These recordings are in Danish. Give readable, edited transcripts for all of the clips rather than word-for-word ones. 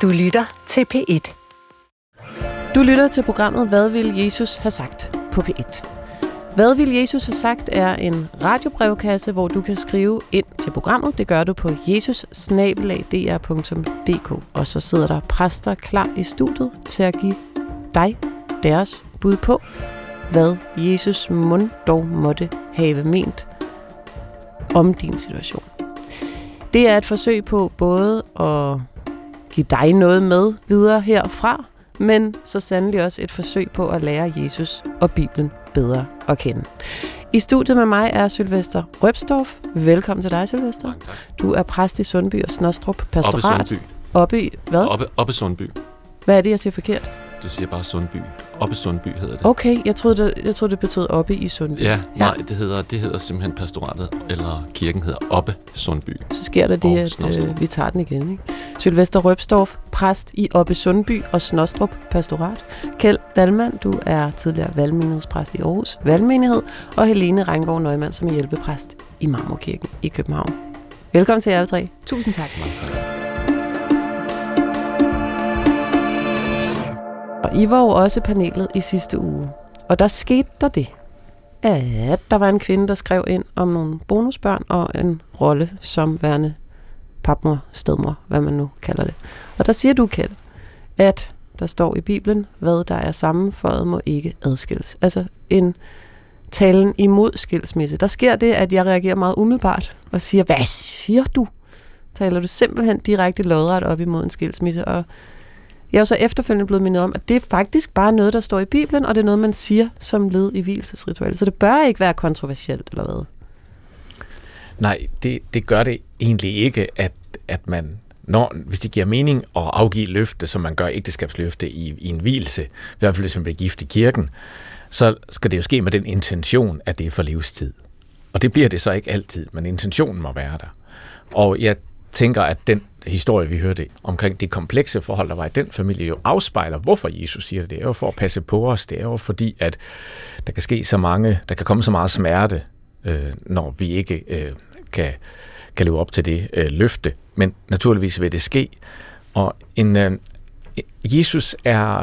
Du lytter til P1. Du lytter til programmet Hvad vil Jesus have sagt på P1. Hvad vil Jesus have sagt er en radiobrevkasse, hvor du kan skrive ind til programmet. Det gør du på jesus@dr.dk. Og så sidder der præster klar i studiet til at give dig deres bud på, hvad Jesus mund dog måtte have ment om din situation. Det er et forsøg på både at give dig noget med videre herfra, men så sandelig også et forsøg på at lære Jesus og Bibelen bedre at kende. I studiet med mig er Sylvester Røbstorff. Velkommen til dig, Sylvester. Tak. Du er præst i Sundby og Snostrup Pastorat. Oppe Sundby. Hvad? Oppe Sundby. Hvad er det, jeg siger forkert? Du siger bare Sundby. Oppe Sundby hedder det. Okay, jeg troede, det betød oppe i Sundby. Ja, nej, det hedder simpelthen pastoratet, eller kirken hedder Oppe Sundby. Så sker der det, at vi tager den igen, ikke? Sylvester Røbstorff, præst i Oppe Sundby og Snostrup Pastorat. Kjeld Dalman, du er tidligere valgmenighedspræst i Aarhus Valgmenighed, og Helene Rengård Neumann, som er hjælpepræst i Marmorkirken i København. Velkommen til jer alle tre. Tusind tak. Mange tak. Og I var jo også panelet i sidste uge, og der skete der det, at der var en kvinde, der skrev ind om nogle bonusbørn og en rolle som værende papmor, stedmor, hvad man nu kalder det. Og der siger du, Kjeld, at der står i Bibelen, hvad der er sammenføjet må ikke adskilles. Altså en talen imod skilsmisse. Der sker det, at jeg reagerer meget umiddelbart og siger, hvad siger du? Taler du simpelthen direkte lodret op imod en skilsmisse, og jeg er jo så efterfølgende blevet mindet om, at det er faktisk bare noget, der står i Bibelen, og det er noget, man siger som led i vielsesritualet. Så det bør ikke være kontroversielt, eller hvad? Nej, det gør det egentlig ikke, at man, hvis det giver mening at afgive løfte, som man gør ægteskabsløfte i en vielse, i hvert fald hvis man bliver gift i kirken, så skal det jo ske med den intention, at det er for livstid. Og det bliver det så ikke altid, men intentionen må være der. Og jeg tænker, at den historie, vi hørte omkring det komplekse forhold, der var i den familie, jo afspejler, hvorfor Jesus siger det. Det er jo for at passe på os. Det er jo fordi, at der kan komme så meget smerte, når vi ikke kan leve op til det løfte. Men naturligvis vil det ske. Og Jesus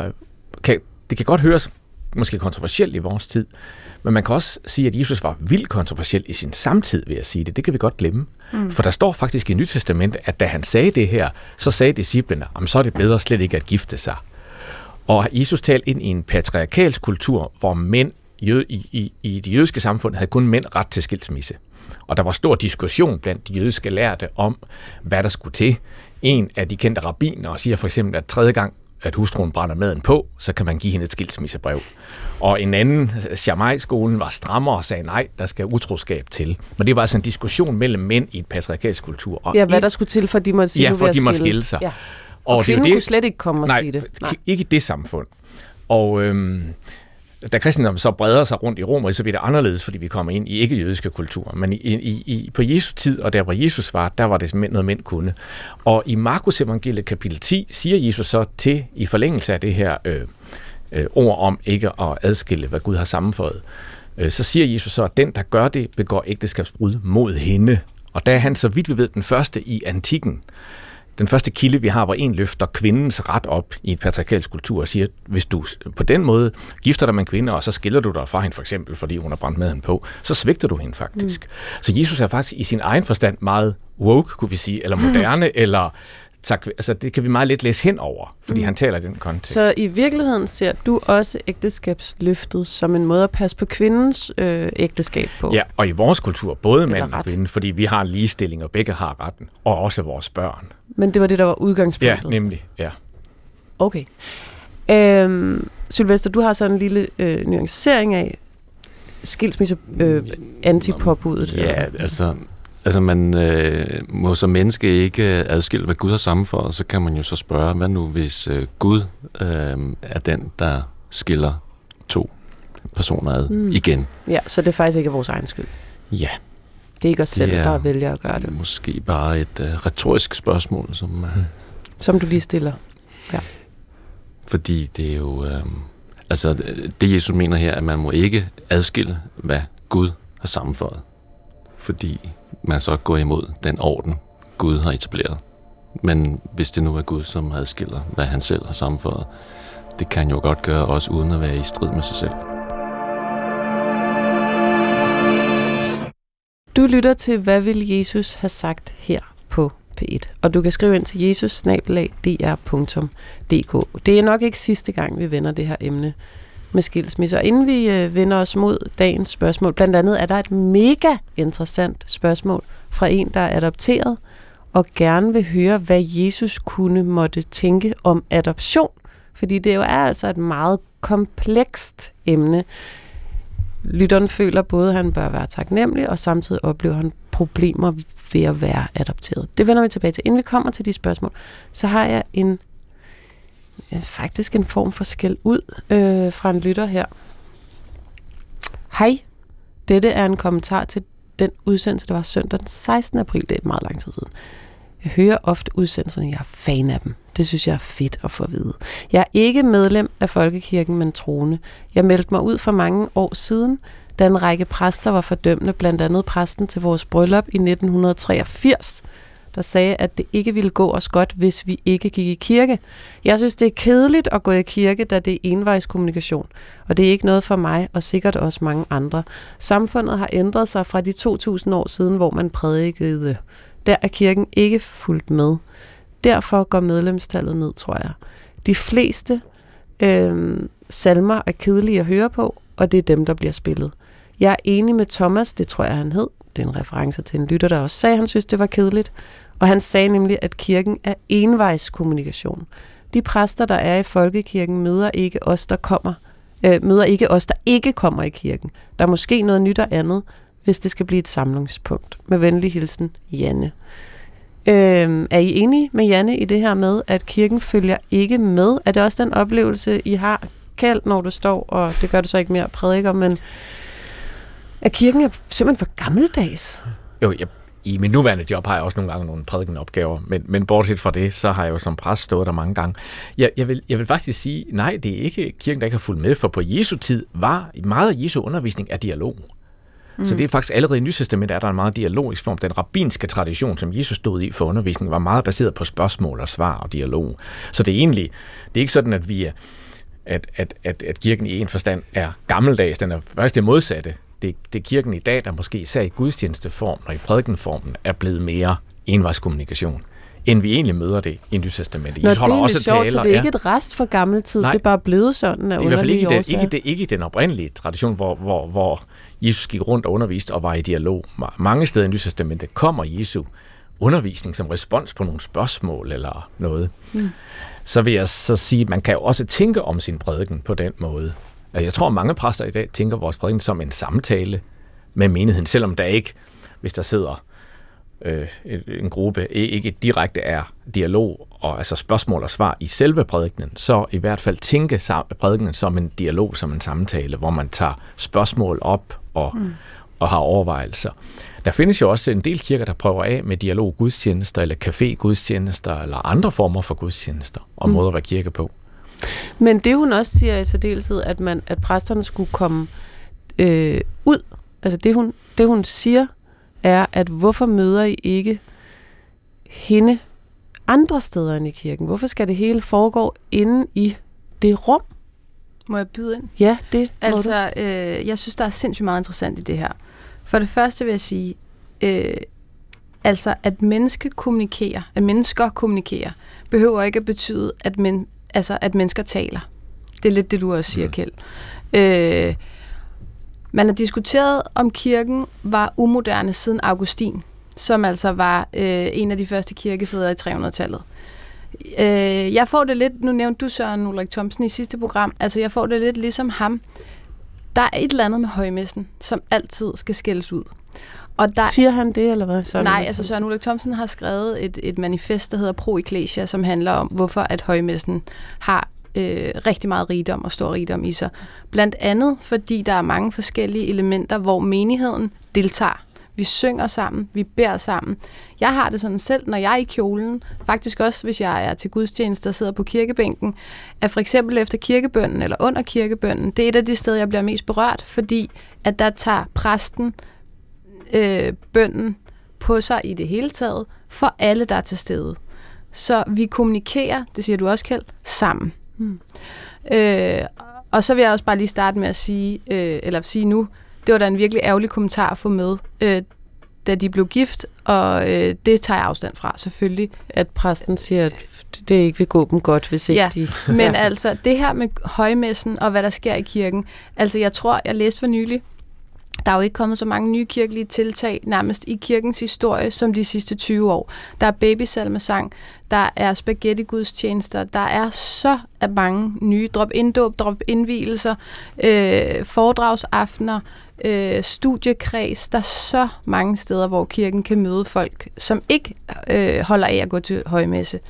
det kan godt høres måske kontroversielt i vores tid, men man kan også sige, at Jesus var vildt kontroversiel i sin samtid, vil jeg sige det. Det kan vi godt glemme. For der står faktisk i Nyt Testamentet, at da han sagde det her, så sagde disciplene, så er det bedre slet ikke at gifte sig. Og Jesus talte ind i en patriarkalsk kultur, hvor mænd i det jødiske samfund havde kun mænd ret til skilsmisse. Og der var stor diskussion blandt de jødiske lærde om, hvad der skulle til. En af de kendte rabbiner siger for eksempel, at tredje gang, at hustruen brænder maden på, så kan man give hende et skilsmissebrev. Og en anden, Shammai-skolen, var strammere og sagde, nej, der skal utroskab til. Men det var altså en diskussion mellem mænd i et patriarkalsk kultur. Og hvad der skulle til, for de måtte sige, ja, for de måtte skille sig. Ja. Og kvinden kunne slet ikke komme og sige det. Nej, ikke i det samfund. Og da kristendommen så breder sig rundt i Rom, så bliver det anderledes, fordi vi kommer ind i ikke-jødiske kulturer. Men på Jesu tid, og der hvor Jesus var, der var det noget mænd kunne. Og i Markus evangeliet kapitel 10 siger Jesus så i forlængelse af det her ord om ikke at adskille, hvad Gud har sammenføjet, så siger Jesus så, at den, der gør det, begår ægteskabsbrud mod hende. Og der er han, så vidt vi ved, den første i antikken. Den første kilde, vi har, hvor en løfter kvindens ret op i et patriarkalsk kultur og siger, at hvis du på den måde gifter dig med en kvinde, og så skiller du dig fra hende, for eksempel, fordi hun har brændt maden på, så svigter du hende faktisk. Så Jesus er faktisk i sin egen forstand meget woke, kunne vi sige, eller moderne, eller altså det kan vi meget let læse hen over, fordi han taler i den kontekst. Så i virkeligheden ser du også ægteskabsløftet som en måde at passe på kvindens ægteskab på? Ja, og i vores kultur, både mand og kvinde, fordi vi har en ligestilling, og begge har retten, og også vores børn. Men det var det, der var udgangspunktet? Ja, nemlig, ja. Okay. Sylvester, du har så en lille nuancering af skilsmisse antipåbuddet. Ja, altså man må som menneske ikke adskille, hvad Gud har sammenføjet, så kan man jo så spørge, hvad nu hvis Gud er den, der skiller to personer ad igen? Ja, så det er faktisk ikke vores egen skyld. Ja. Det er ikke os selv, der vælger at gøre det. Måske bare et retorisk spørgsmål, som du lige stiller. Ja. Fordi det er jo... det Jesus mener her, at man må ikke adskille, hvad Gud har sammenføjet. Fordi man så går imod den orden, Gud har etableret. Men hvis det nu er Gud, som adskiller, hvad han selv har sammenføjet, det kan han jo godt gøre, også uden at være i strid med sig selv. Du lytter til, hvad vil Jesus have sagt her på P1? Og du kan skrive ind til jesus@dr.dk. Det er nok ikke sidste gang, vi vender det her emne med skilsmisse. Og inden vi vender os mod dagens spørgsmål, blandt andet er der et mega interessant spørgsmål fra en, der er adopteret, og gerne vil høre, hvad Jesus måtte tænke om adoption. Fordi det jo er altså et meget komplekst emne. Lytteren føler både, at han bør være taknemmelig, og samtidig oplever han problemer ved at være adopteret. Det vender vi tilbage til. Inden vi kommer til de spørgsmål, så har jeg faktisk en form for skæld ud fra en lytter her. Hej, dette er en kommentar til den udsendelse, der var søndag den 16. april. Det er meget lang tid siden. Jeg hører ofte udsendelserne, jeg er fan af dem. Det synes jeg er fedt at få at vide. Jeg er ikke medlem af Folkekirken, men troende. Jeg meldte mig ud for mange år siden, da en række præster var fordømmende, blandt andet præsten til vores bryllup i 1983, der sagde, at det ikke ville gå os godt, hvis vi ikke gik i kirke. Jeg synes, det er kedeligt at gå i kirke, da det er envejskommunikation, og det er ikke noget for mig, og sikkert også mange andre. Samfundet har ændret sig fra de 2000 år siden, hvor man prædikede. Der er kirken ikke fulgt med. Derfor går medlemstallet ned, tror jeg. De fleste salmer er kedelige at høre på, og det er dem, der bliver spillet. Jeg er enig med Thomas, det tror jeg, han hed. Det er en reference til en lytter, der også sagde, at han synes, det var kedeligt. Og han sagde nemlig, at kirken er envejskommunikation. De præster, der er i folkekirken, møder ikke os, der ikke kommer i kirken. Der er måske noget nyt og andet, hvis det skal blive et samlingspunkt. Med venlig hilsen, Janne. Er I enige med Janne i det her med, at kirken følger ikke med? Er det også den oplevelse, I har, Kjeld, når du står, og det gør du så ikke mere prædiker, men at kirken er simpelthen for gammeldags? Jo, i min nuværende job har jeg også nogle gange nogle prædikenopgaver, men bortset fra det, så har jeg jo som præst stået der mange gange. Jeg vil faktisk sige, nej, det er ikke kirken, der ikke har fulgt med, for på Jesu tid var meget af Jesu undervisning af dialog. Så det er faktisk allerede i Nytestamentet, er der en meget dialogisk form. Den rabbinske tradition, som Jesus stod i for undervisning, var meget baseret på spørgsmål og svar og dialog. Så det er ikke sådan, at vi at kirken i en forstand er gammeldags. Den er faktisk det modsatte. Det er kirken i dag, der måske især i gudstjenesteformen og i prædikenformen er blevet mere envejskommunikation, end vi egentlig møder det i Nytestamentet. Nå, det er også sjovt, så det er ikke et rest for gammel tid. Nej, det er bare blevet sådan af underlige årsager. Det er ikke den oprindelige tradition, hvor Jesus gik rundt og underviste og var i dialog. Mange steder i Nytestamentet kommer Jesu undervisning som respons på nogle spørgsmål eller noget. Så vil jeg så sige, at man kan jo også tænke om sin prædiken på den måde. Jeg tror, at mange præster i dag tænker vores prædiken som en samtale med menigheden, selvom der ikke, hvis der sidder en gruppe, ikke direkte er dialog og altså spørgsmål og svar i selve prædikenen, så i hvert fald tænke prædikenen som en dialog, som en samtale, hvor man tager spørgsmål op og har overvejelser. Der findes jo også en del kirker, der prøver af med dialog-gudstjenester, eller café-gudstjenester, eller andre former for gudstjenester, og måder at være kirke på. Men det hun også siger i særdeleshed, at præsterne skulle komme ud, altså det hun siger, er, at hvorfor møder I ikke hende andre steder end i kirken? Hvorfor skal det hele foregå inde i det rum? Må jeg byde ind? Ja, det altså, jeg synes, der er sindssygt meget interessant i det her. For det første vil jeg sige, at mennesker kommunikerer, behøver ikke at betyde, at mennesker taler. Det er lidt det, du også siger, Kjeld. Man har diskuteret, om kirken var umoderne siden Augustin, som altså var en af de første kirkefædre i 300-tallet. Jeg får det lidt, nu nævnte du Søren Ulrik Thomsen i sidste program, altså jeg får det lidt ligesom ham. Der er et eller andet med højmessen, som altid skal skældes ud. Og siger han det, eller hvad? Søren Ulrik Thomsen har skrevet et manifest, der hedder Pro Ecclesia, som handler om, hvorfor at højmessen har rigtig meget rigdom og stor rigdom i sig. Blandt andet, fordi der er mange forskellige elementer, hvor menigheden deltager. Vi synger sammen, vi beder sammen. Jeg har det sådan selv, når jeg er i kjolen, faktisk også, hvis jeg er til gudstjeneste og sidder på kirkebænken, at for eksempel efter kirkebønnen eller under kirkebønnen, det er et af de steder, jeg bliver mest berørt, fordi at der tager præsten bønnen på sig i det hele taget, for alle, der er til stede. så vi kommunikerer, det siger du også, Kjeld, sammen. Og så vil jeg også bare lige starte med at sige nu, det var da en virkelig ærgerlig kommentar at få med, da de blev gift, og det tager jeg afstand fra, selvfølgelig. At præsten siger, at det ikke vil gå dem godt, hvis ikke de... Men altså, det her med højmessen og hvad der sker i kirken, altså jeg læste for nylig, der er jo ikke kommet så mange nye kirkelige tiltag nærmest i kirkens historie som de sidste 20 år. Der er babysalmesang, der er spaghetti-gudstjenester, der er så mange nye drop-in-dåb, drop-in-vielser, foredragsaftener, studiekreds. Der er så mange steder, hvor kirken kan møde folk, som ikke holder af at gå til højmesse.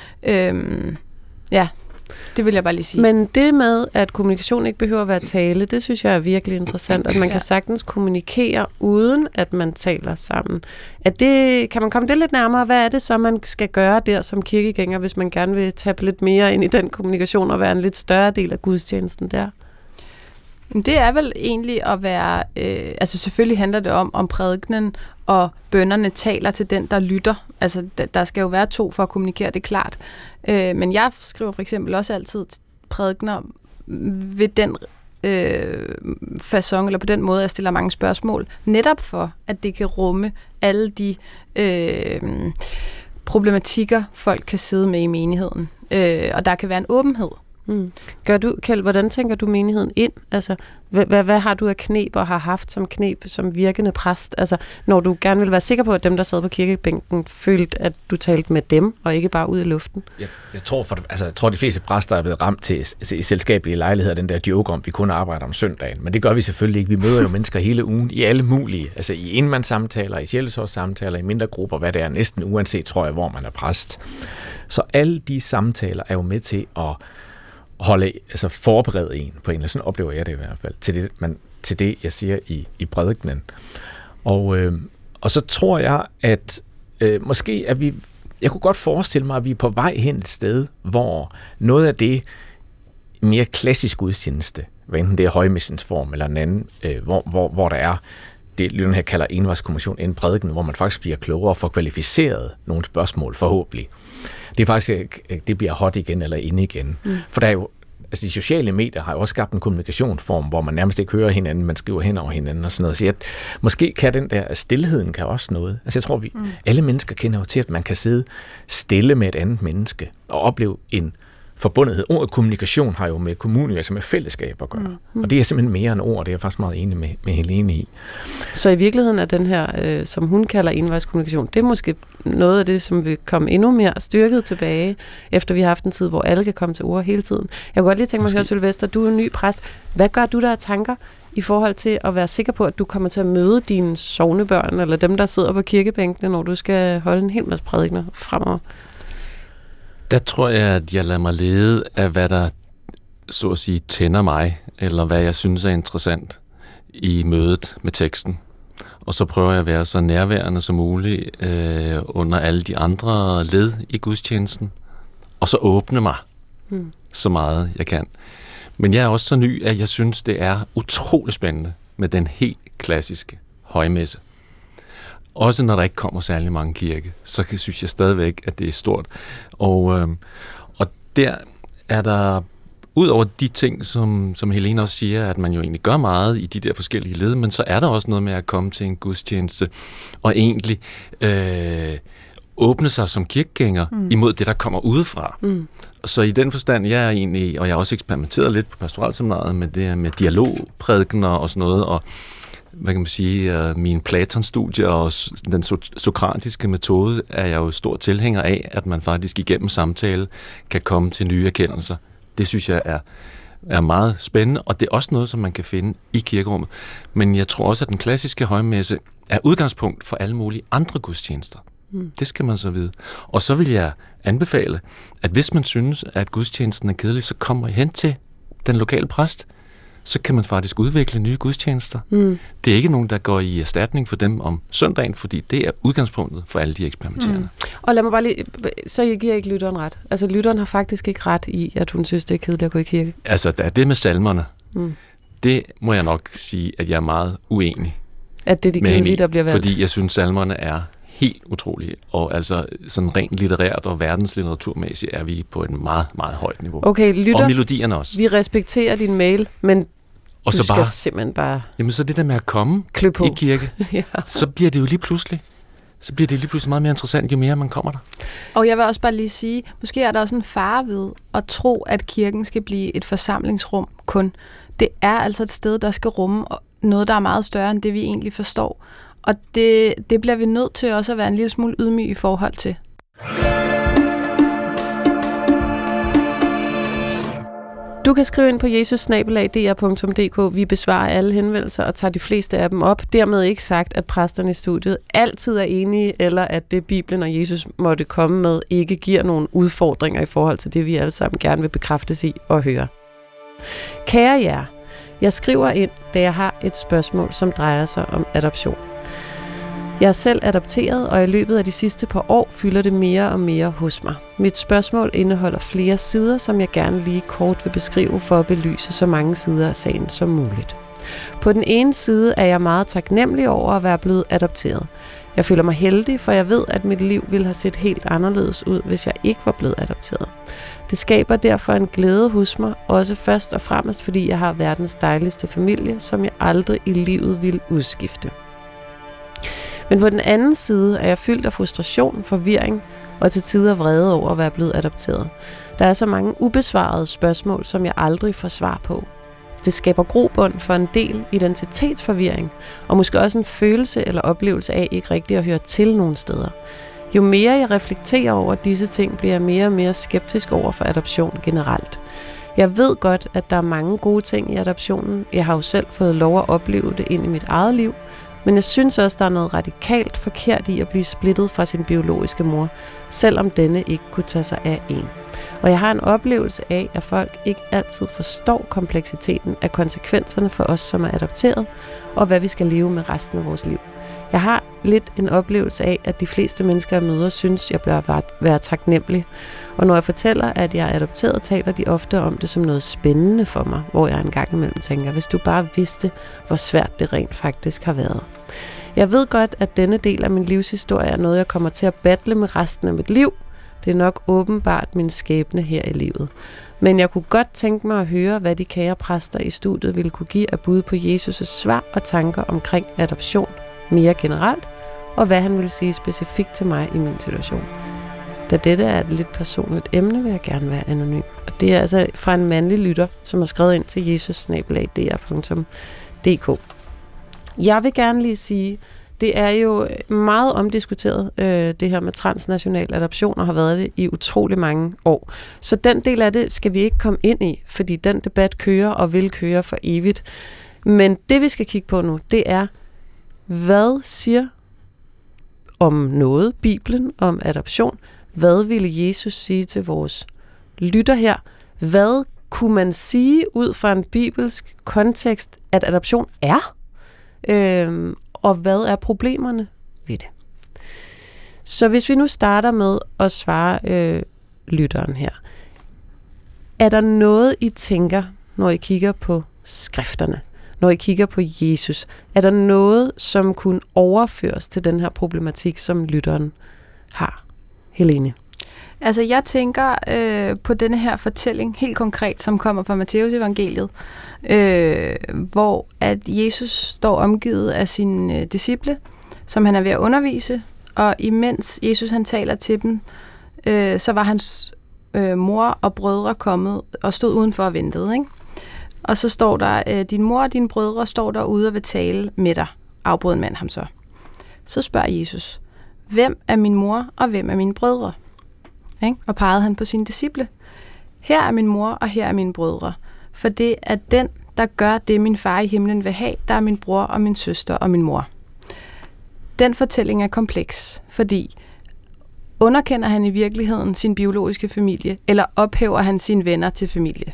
Det vil jeg bare lige sige. Men det med, at kommunikation ikke behøver at være tale, det synes jeg er virkelig interessant, at man kan sagtens kommunikere, uden at man taler sammen. Kan man komme det lidt nærmere? Hvad er det så, man skal gøre der som kirkegænger, hvis man gerne vil tabe lidt mere ind i den kommunikation og være en lidt større del af gudstjenesten der? Det er vel egentlig at være... altså selvfølgelig handler det om prædikenen og bønnerne taler til den, der lytter. Altså der skal jo være 2 for at kommunikere, det er klart. Men jeg skriver for eksempel også altid prædikener ved den facon, eller på den måde, jeg stiller mange spørgsmål, netop for, at det kan rumme alle de problematikker, folk kan sidde med i menigheden. Og der kan være en åbenhed. Gør du, Kjeld, hvordan tænker du menigheden ind? Altså, hvad har du af kneb og har haft som kneb som virkende præst? Altså, når du gerne vil være sikker på, at dem, der sad på kirkebænken, følte, at du talte med dem, og ikke bare ud i luften? Jeg tror, de fleste præster er blevet ramt til selskabelige lejligheder, den der joke om, vi kun arbejder om søndagen. Men det gør vi selvfølgelig ikke. Vi møder jo mennesker hele ugen i alle mulige, altså i enmandssamtaler, i sjælesårssamtaler, i mindre grupper, hvad det er, næsten uanset, tror jeg, hvor man er præst. Så alle de samtaler er jo med til at forberede en på en, eller sådan oplever jeg det i hvert fald, til det jeg siger i prædikenen. Og så tror jeg, at måske er jeg kunne godt forestille mig, at vi er på vej hen et sted, hvor noget af det mere klassisk gudstjeneste, hvad enten det er højmessens form eller en anden, hvor der er det, lytteren her kalder envarskommission, en prædiken, hvor man faktisk bliver klogere og får kvalificeret nogle spørgsmål, forhåbentlig. Det er faktisk, det bliver hot igen eller inde igen. For der er jo, altså de sociale medier har jo også skabt en kommunikationsform, hvor man nærmest ikke hører hinanden, man skriver hen over hinanden og sådan noget. Så måske kan den der, stilheden kan også noget. Altså jeg tror, alle mennesker kender jo til, at man kan sidde stille med et andet menneske og opleve en forbundethed. Ordet kommunikation har jo med kommunikation, altså med fællesskab at gøre. Og det er simpelthen mere end ord, det er jeg faktisk meget enig med Helene i. Så i virkeligheden er den her, som hun kalder envejskommunikation, det er måske noget af det, som vil komme endnu mere styrket tilbage, efter vi har haft en tid, hvor alle kan komme til ord hele tiden. Jeg kunne godt lige tænke mig at høre, Sylvester, du er en ny præst. Hvad gør du der af tanker i forhold til at være sikker på, at du kommer til at møde dine sognebørn, eller dem, der sidder på kirkebænkene, når du skal holde en hel masse prædikener fremover? Der tror jeg, at jeg lader mig lede af, hvad der, så at sige, tænder mig, eller hvad jeg synes er interessant i mødet med teksten. Og så prøver jeg at være så nærværende som muligt under alle de andre led i gudstjenesten. Og så åbne mig så meget jeg kan. Men jeg er også så ny, at jeg synes, det er utrolig spændende med den helt klassiske højmesse. Også når der ikke kommer særlig mange kirke, så synes jeg stadigvæk, at det er stort. Og der er der, ud over de ting, som Helene også siger, at man jo egentlig gør meget i de der forskellige led, men så er der også noget med at komme til en gudstjeneste og egentlig åbne sig som kirkegænger imod det, der kommer udefra. Så i den forstand, jeg er egentlig, og jeg har også eksperimenteret lidt på pastoralseminariet med det med dialogprædikener og sådan noget, og hvad kan man sige, min Platon-studie og den sokratiske metode er jeg jo stor tilhænger af, at man faktisk igennem samtale kan komme til nye erkendelser. Det synes jeg er meget spændende, og det er også noget, som man kan finde i kirkerummet. Men jeg tror også, at den klassiske højmesse er udgangspunkt for alle mulige andre gudstjenester. Det skal man så vide. Og så vil jeg anbefale, at hvis man synes, at gudstjenesten er kedelig, så kommer I hen til den lokale præst. Så kan man faktisk udvikle nye gudstjenester. Det er ikke nogen, der går i erstatning for dem om søndagen, fordi det er udgangspunktet for alle de eksperimenterende. Og lad mig bare lige, så jeg giver ikke lytteren ret. Altså lytteren har faktisk ikke ret i, at hun synes, det er kedeligt at gå i kirke. Altså, der er det med salmerne. Det må jeg nok sige, at jeg er meget uenig. At det er de kedelige, der bliver valgt. Fordi jeg synes, salmerne er helt utrolige. Og altså sådan rent litterært og verdenslitteraturmæssigt er vi på et meget, meget højt niveau. Okay, lytter. Og melodierne også. Vi respekterer din mail, men og du så skal bare, simpelthen bare jamen så det der med at komme i kirke, ja. så bliver det jo lige pludselig meget mere interessant, jo mere man kommer der. Og jeg vil også bare lige sige, måske er der også en fare ved at tro, at kirken skal blive et forsamlingsrum kun. Det er altså et sted, der skal rumme noget, der er meget større end det, vi egentlig forstår. Og det bliver vi nødt til også at være en lille smule ydmyg i forhold til. Du kan skrive ind på jesus@dr.dk. Vi besvarer alle henvendelser og tager de fleste af dem op. Dermed ikke sagt, at præsterne i studiet altid er enige, eller at det Bibelen og Jesus måtte komme med, ikke giver nogen udfordringer i forhold til det, vi alle sammen gerne vil bekræftes i og høre. Kære jer, jeg skriver ind, da jeg har et spørgsmål, som drejer sig om adoption. Jeg er selv adopteret, og i løbet af de sidste par år fylder det mere og mere hos mig. Mit spørgsmål indeholder flere sider, som jeg gerne lige kort vil beskrive for at belyse så mange sider af sagen som muligt. På den ene side er jeg meget taknemmelig over at være blevet adopteret. Jeg føler mig heldig, for jeg ved, at mit liv ville have set helt anderledes ud, hvis jeg ikke var blevet adopteret. Det skaber derfor en glæde hos mig, også først og fremmest, fordi jeg har verdens dejligste familie, som jeg aldrig i livet ville udskifte. Men på den anden side er jeg fyldt af frustration, forvirring og til tider vrede over at være blevet adopteret. Der er så mange ubesvarede spørgsmål, som jeg aldrig får svar på. Det skaber grobund for en del identitetsforvirring, og måske også en følelse eller oplevelse af ikke rigtigt at høre til nogen steder. Jo mere jeg reflekterer over disse ting, bliver jeg mere og mere skeptisk over for adoption generelt. Jeg ved godt, at der er mange gode ting i adoptionen. Jeg har jo selv fået lov at opleve det ind i mit eget liv, men jeg synes også, der er noget radikalt forkert i at blive splittet fra sin biologiske mor, selvom denne ikke kunne tage sig af en. Og jeg har en oplevelse af, at folk ikke altid forstår kompleksiteten af konsekvenserne for os, som er adopteret, og hvad vi skal leve med resten af vores liv. Jeg har lidt en oplevelse af, at de fleste mennesker, jeg møder, synes, jeg bør være taknemmelig. Og når jeg fortæller, at jeg er adopteret, taler de ofte om det som noget spændende for mig, hvor jeg engang imellem tænker, hvis du bare vidste, hvor svært det rent faktisk har været. Jeg ved godt, at denne del af min livshistorie er noget, jeg kommer til at battle med resten af mit liv. Det er nok åbenbart min skæbne her i livet. Men jeg kunne godt tænke mig at høre, hvad de kære præster i studiet ville kunne give af bud på Jesus' svar og tanker omkring adoption mere generelt, og hvad han ville sige specifikt til mig i min situation. Da dette er et lidt personligt emne, vil jeg gerne være anonym. Og det er altså fra en mandlig lytter, som har skrevet ind til jesus@dr.dk. Jeg vil gerne lige sige, det er jo meget omdiskuteret, det her med transnational adoption, og har været det i utrolig mange år. Så den del af det skal vi ikke komme ind i, fordi den debat kører og vil køre for evigt. Men det, vi skal kigge på nu, det er, hvad siger om noget Bibelen om adoption? Hvad ville Jesus sige til vores lytter her? Hvad kunne man sige ud fra en bibelsk kontekst, at adoption er? Og hvad er problemerne ved det? Så hvis vi nu starter med at svare lytteren her. Er der noget, I tænker, når I kigger på skrifterne? Når I kigger på Jesus, er der noget, som kunne overføres til den her problematik, som lytteren har? Helene? Altså, jeg tænker på denne her fortælling, helt konkret, som kommer fra Matteus evangeliet, hvor at Jesus står omgivet af sine disciple, som han er ved at undervise, og imens Jesus han taler til dem, så var hans mor og brødre kommet og stod udenfor og ventede, ikke? Og så står der, din mor og dine brødre står derude og vil tale med dig, afbrød en mand ham så. Så spørger Jesus, hvem er min mor, og hvem er mine brødre? Ikke? Og pegede han på sine disciple. Her er min mor, og her er mine brødre. For det er den, der gør det, min far i himlen vil have, der er min bror og min søster og min mor. Den fortælling er kompleks, fordi underkender han i virkeligheden sin biologiske familie, eller ophæver han sine venner til familie?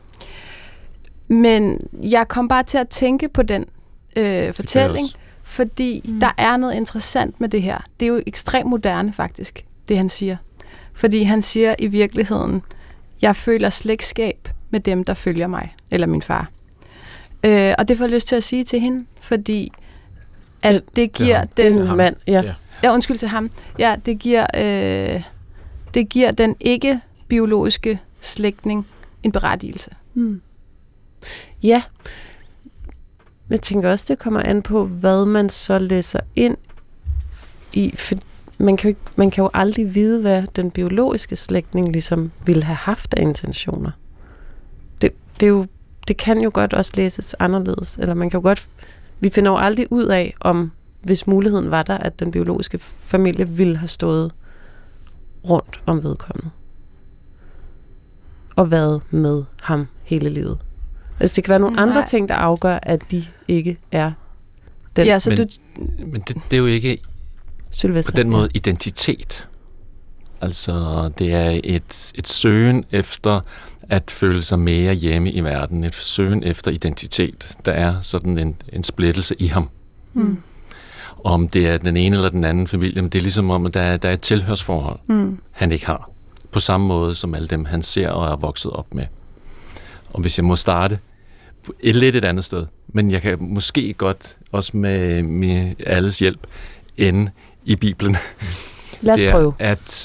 Men jeg kom bare til at tænke på den fortælling, fordi der er noget interessant med det her. Det er jo ekstremt moderne faktisk, det han siger. Fordi han siger i virkeligheden, jeg føler slægtskab med dem, der følger mig, eller min far. Og det får jeg lyst til at sige til hende, fordi at det giver den mand, ja. undskyld til ham. Ja, det giver den ikke-biologiske slægtning en berettigelse. Ja. Jeg tænker også, det kommer an på, hvad man så læser ind i. For man kan jo aldrig vide, hvad den biologiske slægtning ligesom ville have haft af intentioner. Det kan jo godt også læses anderledes. Eller man kan jo godt... Vi finder jo aldrig ud af, om hvis muligheden var der, at den biologiske familie ville have stået rundt om vedkommende. Og været med ham hele livet. Altså det kan være nogle andre ting, der afgør, at de ikke er den. Ja, så men det er jo ikke Sylvester, på den måde identitet. Altså det er et søgen efter at føle sig mere hjemme i verden. Et søgen efter identitet. Der er sådan en splittelse i ham. Om det er den ene eller den anden familie, men det er ligesom om, at der er et tilhørsforhold, han ikke har. På samme måde som alle dem, han ser og er vokset op med. Og hvis jeg må starte lidt et andet sted, men jeg kan måske godt, også med alles hjælp, ende i Bibelen. Lad os prøve.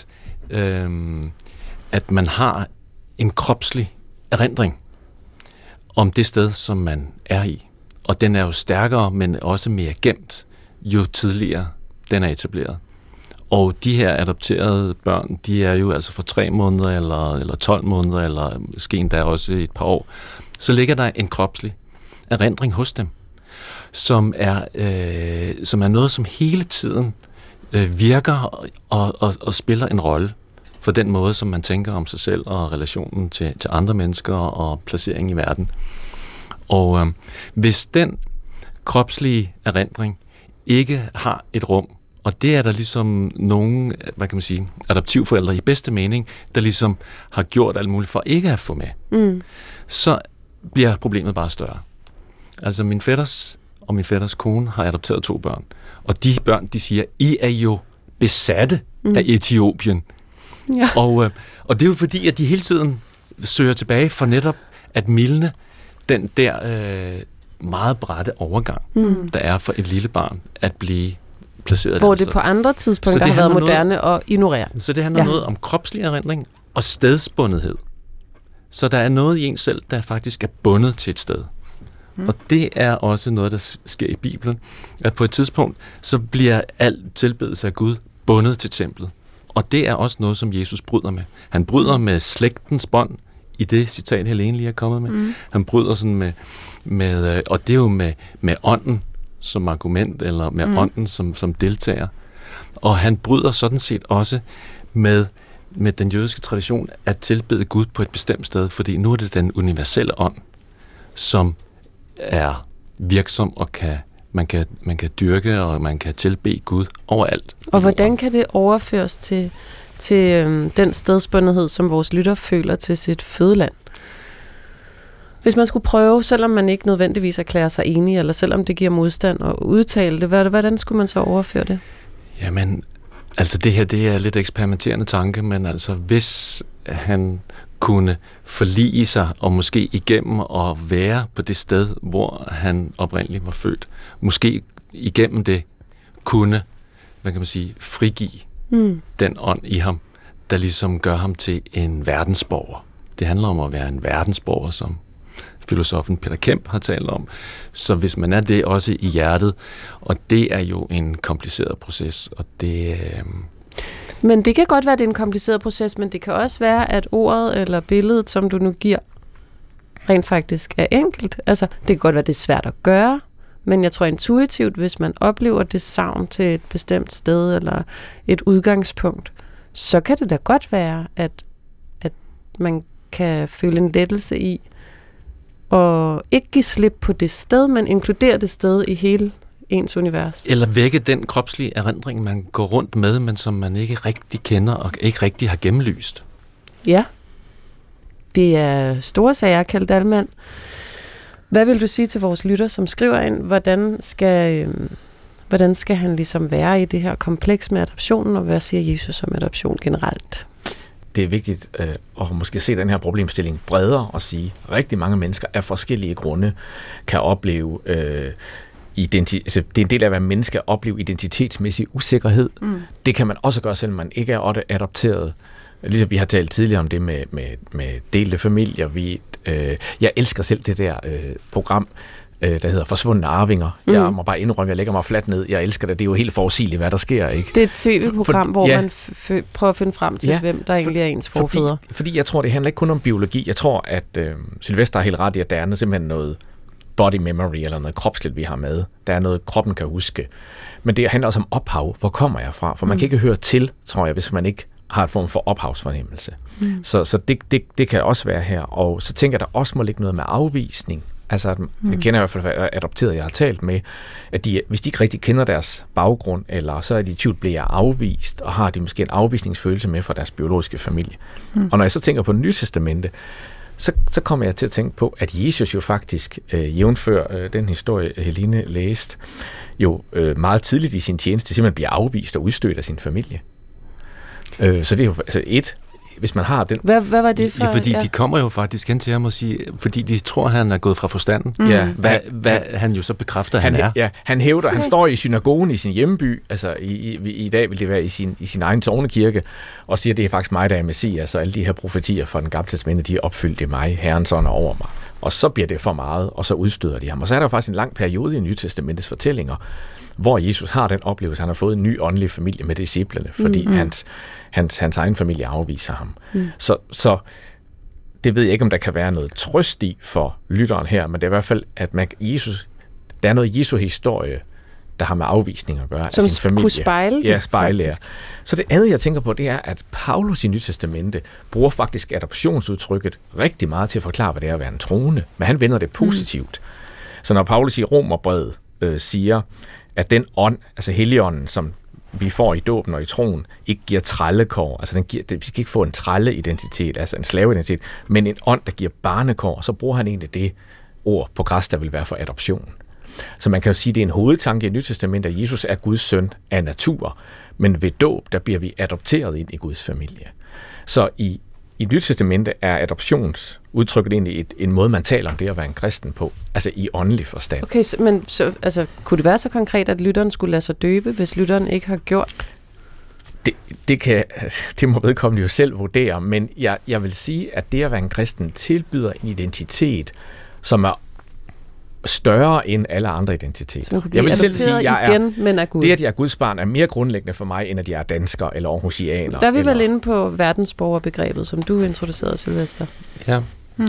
At man har en kropslig erindring om det sted, som man er i. Og den er jo stærkere, men også mere gemt, jo tidligere den er etableret. Og de her adopterede børn, de er jo altså for 3 måneder, eller 12 måneder, eller måske endda også et par år. Så ligger der en kropslig erindring hos dem, som er noget, som hele tiden virker og spiller en rolle for den måde, som man tænker om sig selv og relationen til andre mennesker og placering i verden. Og hvis den kropslige erindring ikke har et rum, og det er der ligesom nogle, hvad kan man sige, adoptivforældre i bedste mening, der ligesom har gjort alt muligt for ikke at få med, så bliver problemet bare større. Altså min fætters og min fætters kone har adopteret 2 børn, og de børn, de siger, I er jo besatte af Etiopien. Ja. Og det er jo fordi, at de hele tiden søger tilbage for netop at mildne den der meget bratte overgang, der er for et lille barn at blive placeret. Hvor det på andre tidspunkter har været moderne og ignorere. Så det handler noget om kropslig erindring og stedsbundethed. Så der er noget i en selv, der faktisk er bundet til et sted. Og det er også noget, der sker i Bibelen, at på et tidspunkt, så bliver al tilbedelse af Gud bundet til templet. Og det er også noget, som Jesus bryder med. Han bryder med slægtens bånd, i det citat, Helene lige er kommet med. Han bryder sådan med og det er jo med ånden som argument, eller med ånden som deltager. Og han bryder sådan set også med den jødiske tradition at tilbede Gud på et bestemt sted, fordi nu er det den universelle ånd, som er virksom og man kan dyrke, og man kan tilbede Gud overalt. Og hvordan kan det overføres til den stedsbundethed, som vores lytter føler til sit fødeland? Hvis man skulle prøve, selvom man ikke nødvendigvis erklærer sig enig, eller selvom det giver modstand og udtale det, hvordan skulle man så overføre det? Jamen, altså det her, det er lidt eksperimenterende tanke, men altså hvis han kunne forlige sig, og måske igennem at være på det sted, hvor han oprindeligt var født, måske igennem det kunne, hvad kan man sige, frigive den ånd i ham, der ligesom gør ham til en verdensborger. Det handler om at være en verdensborger, som filosofen Peter Kemp har talt om. Så hvis man er det også i hjertet, og det er jo en kompliceret proces, og det... Men det kan godt være, at det er en kompliceret proces, men det kan også være, at ordet eller billedet, som du nu giver, rent faktisk er enkelt. Altså, det kan godt være, at det er svært at gøre, men jeg tror intuitivt, hvis man oplever det savn til et bestemt sted eller et udgangspunkt, så kan det da godt være, at man kan føle en lettelse i og ikke give slip på det sted, men inkludere det sted i hele ens univers. Eller vække den kropslige erindring, man går rundt med, men som man ikke rigtig kender og ikke rigtig har gennemlyst. Ja. Det er store sager, Kjeld Dalman. Hvad vil du sige til vores lytter, som skriver ind, hvordan skal han ligesom være i det her kompleks med adoptionen, og hvad siger Jesus om adoption generelt? Det er vigtigt at måske se den her problemstilling bredere og sige, at rigtig mange mennesker af forskellige grunde kan opleve altså, det er en del af at være menneske at opleve identitetsmæssig usikkerhed. Det kan man også gøre, selvom man ikke er adopteret. Ligesom vi har talt tidligere om det med delte familier. Jeg elsker selv det der program, der hedder Forsvundne Arvinger. Jeg må bare indrømme, jeg lægger mig fladt ned. Jeg elsker det. Det er jo helt forudsigeligt, hvad der sker, ikke? Det er et tv-program, hvor man prøver at finde frem til, hvem der egentlig er ens forfædre. Fordi jeg tror, det handler ikke kun om biologi. Jeg tror, at Sylvester har helt ret i, at der er simpelthen noget body memory, eller noget kropsligt, vi har med. Der er noget, kroppen kan huske. Men det handler også om ophav. Hvor kommer jeg fra? For man kan ikke høre til, tror jeg, hvis man ikke har et form for ophavsfornemmelse. Så det kan også være her. Og så tænker jeg, der også må ligge noget med afvisning. Altså, det kender jeg i hvert fald adopterede, jeg har talt med, at hvis de ikke rigtig kender deres baggrund, eller så er de i tvivl, bliver afvist, og har de måske en afvisningsfølelse med fra deres biologiske familie. Og når jeg så tænker på Nye Testamente, så kommer jeg til at tænke på, at Jesus jo faktisk, jævnfør den historie, Helene læste, jo meget tidligt i sin tjeneste simpelthen bliver afvist og udstødt af sin familie. Så det er jo altså hvis man har den... Hvad var det for? Ja, fordi de kommer jo faktisk hen til ham og siger, fordi de tror, han er gået fra forstanden. Hvad han jo så bekræfter, han er. Ja, han hævder, han står i synagogen i sin hjemmeby, altså i dag vil det være i sin egen sognekirke, og siger, det er faktisk mig, der er Messias, og alle de her profetier fra den gamle testamente, de er opfyldt i mig, Herrens ånd er over mig. Og så bliver det for meget, og så udstøder de ham. Og så er der jo faktisk en lang periode i Nye Testamentets fortællinger, hvor Jesus har den oplevelse, han har fået en ny åndelig familie med disciplene, fordi hans egen familie afviser ham. Så det ved jeg ikke, om der kan være noget trøst i for lytteren her, men det er i hvert fald, at der er noget Jesu historie, der har med afvisning at gøre som af sin familie. Kunne spejle det, ja, spejle det. Så det andet, jeg tænker på, det er, at Paulus i Nyt Testamente bruger faktisk adoptionsudtrykket rigtig meget til at forklare, hvad det er at være en troende, men han vender det positivt. Så når Paulus i Romerbrevet siger, at den ånd, altså Helligånden, som vi får i dåben og i troen, ikke giver trallekår. Altså vi skal ikke få en tralleidentitet, altså en slaveidentitet, men en ånd, der giver barnekår. Så bruger han egentlig det ord på græs, der vil være for adoption. Så man kan jo sige, at det er en hovedtanke i Nyt Testamentet, at Jesus er Guds søn af natur, men ved dåb, der bliver vi adopteret ind i Guds familie. Så i Nyt Testamentet er adoptionsudtrykket egentlig en måde, man taler om det at være en kristen på, altså i åndelig forstand. Okay, men kunne det være så konkret, at lytteren skulle lade sig døbe, hvis lytteren ikke har gjort? Det må vedkommende jo selv vurdere, men jeg vil sige, at det at være en kristen tilbyder en identitet, som er større end alle andre identiteter. Jeg vil selv sige, det, at jeg er Guds barn, er mere grundlæggende for mig, end at jeg er dansker eller aarhusianer. Der er vi vel inde på verdensborgerbegrebet, som du introducerede, Sylvester. Ja.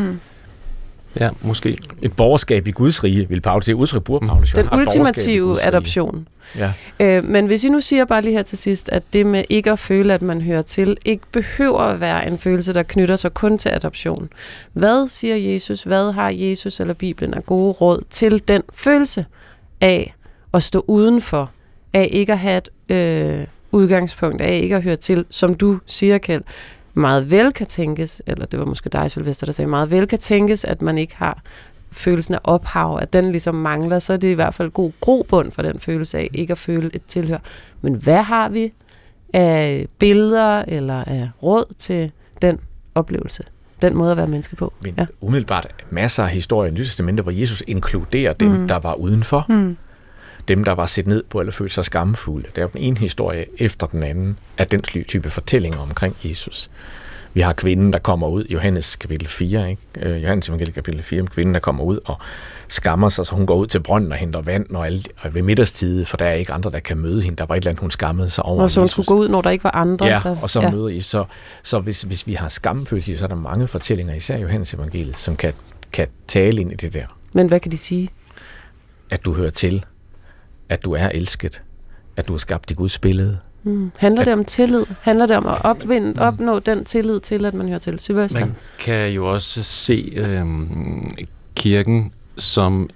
Ja, måske. Et borgerskab i Guds rige, vil Paulus sige. Udtryk bruger Paulus. Den ultimative adoption. Ja. Men hvis I nu siger bare lige her til sidst, at det med ikke at føle, at man hører til, ikke behøver at være en følelse, der knytter sig kun til adoption. Hvad siger Jesus? Hvad har Jesus eller Bibelen af gode råd til den følelse af at stå udenfor, af ikke at have et udgangspunkt, af ikke at høre til, som du siger, Kjeld, meget vel kan tænkes, eller det var måske dig, Sylvester, der sagde, meget vel kan tænkes, at man ikke har følelsen af ophav, at den ligesom mangler, så er det i hvert fald god grobund for den følelse af ikke at føle et tilhør. Men hvad har vi af billeder eller af råd til den oplevelse? Den måde at være menneske på? Men umiddelbart masser af historier i Nye Testamentet, hvor Jesus inkluderer dem, der var udenfor. Dem, der var set ned på eller følte sig skamfulde. Det er jo den ene historie efter den anden af den type fortællinger omkring Jesus. Vi har kvinden, der kommer ud, Johannes kapitel 4, ikke? Johannes evangeliet kapitel 4, kvinden, der kommer ud og skammer sig, så hun går ud til brønden og henter vand og ved middagstid, for der er ikke andre, der kan møde hende. Der var et eller andet, hun skammede sig over. Og så hun skulle gå ud, når der ikke var andre. Ja, og så møder I. Så hvis vi har skamfølelse, så er der mange fortællinger, især Johannes evangeliet, som kan tale ind i det der. Men hvad kan de sige? At du hører til, at du er elsket, at du er skabt i Guds billede. Handler det om tillid? Handler det om at opnå den tillid til, at man hører til? Sylvester? Man kan jo også se kirken som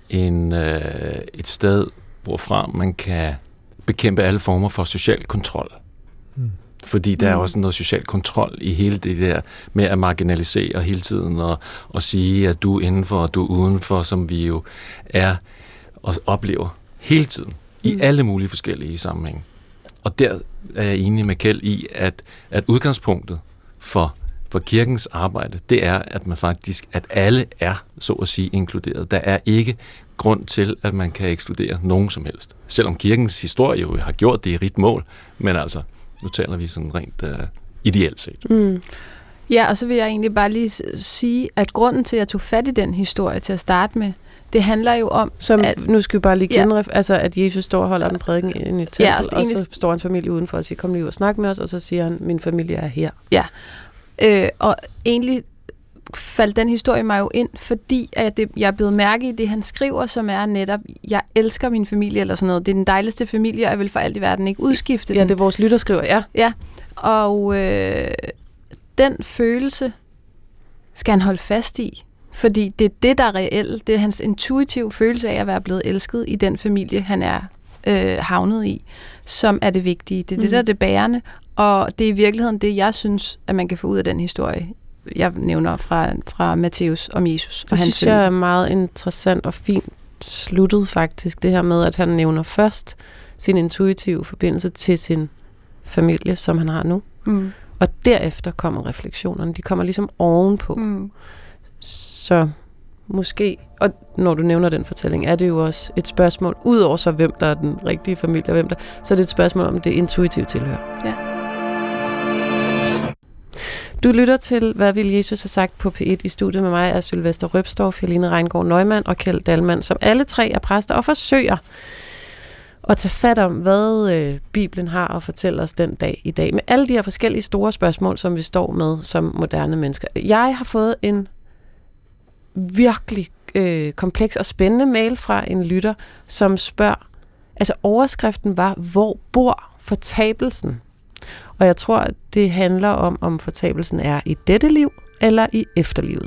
et sted, hvorfra man kan bekæmpe alle former for social kontrol. Fordi der er også noget social kontrol i hele det der med at marginalisere hele tiden og sige, at du er indenfor og du er udenfor, som vi jo er og oplever hele tiden i alle mulige forskellige sammenhænge. Og der er jeg enig med Kjeld i, at udgangspunktet for for kirkens arbejde, det er, at man faktisk, at alle er, så at sige, inkluderet. Der er ikke grund til, at man kan ekskludere nogen som helst. Selvom kirkens historie jo har gjort det i rigt mål, men altså, nu taler vi sådan rent ideelt set. Mm. Ja, og så vil jeg egentlig bare lige sige, at grunden til, at jeg tog fat i den historie til at starte med, det handler jo om... Nu skal vi bare lige altså at Jesus står og holder en prædiken inde i tempel, og så står hans familie udenfor og siger, kom lige ud og snak med os, og så siger han, min familie er her. Ja, og egentlig faldt den historie mig jo ind, fordi at jeg er blevet mærke i det, han skriver, som er netop, jeg elsker min familie, eller sådan noget. Det er den dejligste familie, og jeg vil for alt i verden ikke udskifte den. Ja, det er vores lytter skriver, ja. Ja, og den følelse skal han holde fast i, fordi det er det, der er reelt. Det er hans intuitive følelse af at være blevet elsket i den familie, han er havnet i, som er det vigtige. Det er det, der er det bærende, og det er i virkeligheden det, jeg synes, at man kan få ud af den historie, jeg nævner fra Matthæus om Jesus. Det synes jeg er meget interessant og fint sluttet faktisk, det her med, at han nævner først sin intuitive forbindelse til sin familie, som han har nu. Mm. Og derefter kommer refleksionerne. De kommer ligesom ovenpå. Mm. Så måske, og når du nævner den fortælling, er det jo også et spørgsmål, udover så hvem der er den rigtige familie, og hvem der, så er det et spørgsmål om det intuitive tilhør. Ja. Du lytter til, hvad vil Jesus have sagt på P1. I studiet med mig er Sylvester Røbstorff, Helene Reingård Neumann og Kjeld Dalman, som alle tre er præster og forsøger at tage fat om, hvad Bibelen har at fortælle os den dag i dag. Med alle de her forskellige store spørgsmål, som vi står med som moderne mennesker. Jeg har fået en virkelig kompleks og spændende mail fra en lytter, som spørger, altså overskriften var, hvor bor fortabelsen? Og jeg tror, det handler om fortabelsen er i dette liv eller i efterlivet.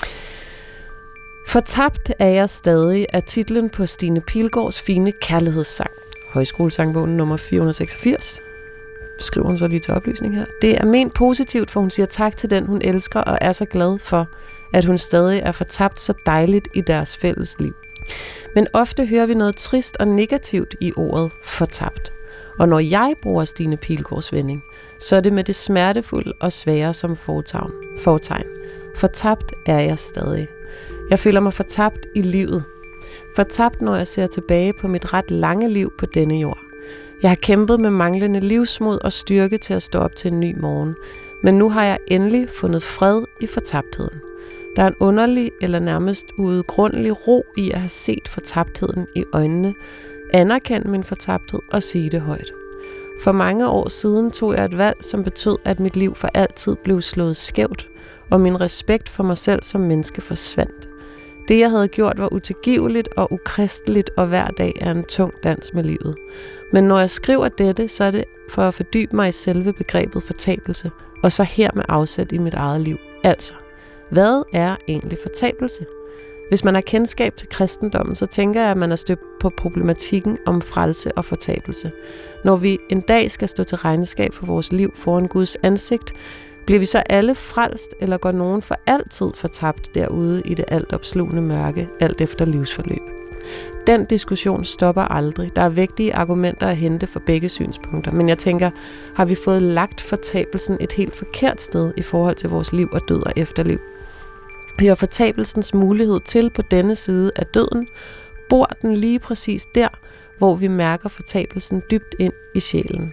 Fortabt er jeg stadig er titlen på Stine Pilgaards fine kærlighedssang. Højskolesangbogen nummer 486. Skriver hun så lige til oplysning her. Det er ment positivt, for hun siger tak til den, hun elsker og er så glad for, at hun stadig er fortabt så dejligt i deres fælles liv. Men ofte hører vi noget trist og negativt i ordet fortabt. Og når jeg bruger Stine Pilgaards vending, så er det med det smertefulde og svære som fortegn. Fortabt er jeg stadig. Jeg føler mig fortabt i livet. Fortabt, når jeg ser tilbage på mit ret lange liv på denne jord. Jeg har kæmpet med manglende livsmod og styrke til at stå op til en ny morgen. Men nu har jeg endelig fundet fred i fortabtheden. Der er en underlig eller nærmest uudgrundelig ro i at have set fortabtheden i øjnene, anerkende min fortabthed og sige det højt. For mange år siden tog jeg et valg, som betød, at mit liv for altid blev slået skævt, og min respekt for mig selv som menneske forsvandt. Det, jeg havde gjort, var utilgiveligt og ukristeligt, og hver dag er en tung dans med livet. Men når jeg skriver dette, så er det for at fordybe mig i selve begrebet fortabelse, og så her med afsæt i mit eget liv. Altså, hvad er egentlig fortabelse? Hvis man har kendskab til kristendommen, så tænker jeg, at man er stødt på problematikken om frelse og fortabelse. Når vi en dag skal stå til regnskab for vores liv foran Guds ansigt, bliver vi så alle frelst, eller går nogen for altid fortabt derude i det altopslugende mørke, alt efter livsforløb? Den diskussion stopper aldrig. Der er vægtige argumenter at hente for begge synspunkter, men jeg tænker, har vi fået lagt fortabelsen et helt forkert sted i forhold til vores liv og død og efterliv? Hører fortabelsens mulighed til på denne side af døden, bor den lige præcis der, hvor vi mærker fortabelsen dybt ind i sjælen.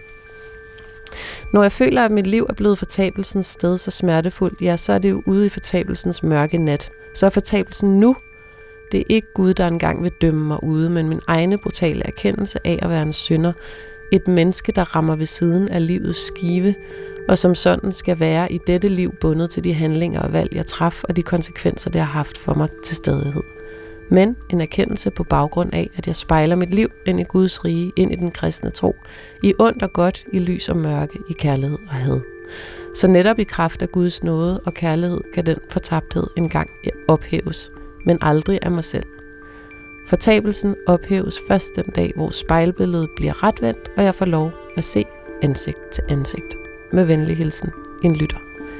Når jeg føler, at mit liv er blevet fortabelsens sted så smertefuldt, ja, så er det jo ude i fortabelsens mørke nat. Så er fortabelsen nu. Det er ikke Gud, der engang vil dømme mig ude, men min egne brutale erkendelse af at være en synder. Et menneske, der rammer ved siden af livets skive, og som sådan skal være i dette liv bundet til de handlinger og valg, jeg traf, og de konsekvenser, det har haft for mig til stadighed. Men en erkendelse på baggrund af, at jeg spejler mit liv ind i Guds rige, ind i den kristne tro, i ondt og godt, i lys og mørke, i kærlighed og had. Så netop i kraft af Guds nåde og kærlighed kan den fortabthed engang ophæves, men aldrig af mig selv. Fortabelsen ophæves først den dag, hvor spejlbilledet bliver retvendt, og jeg får lov at se ansigt til ansigt. Med venlig hilsen, en lytter.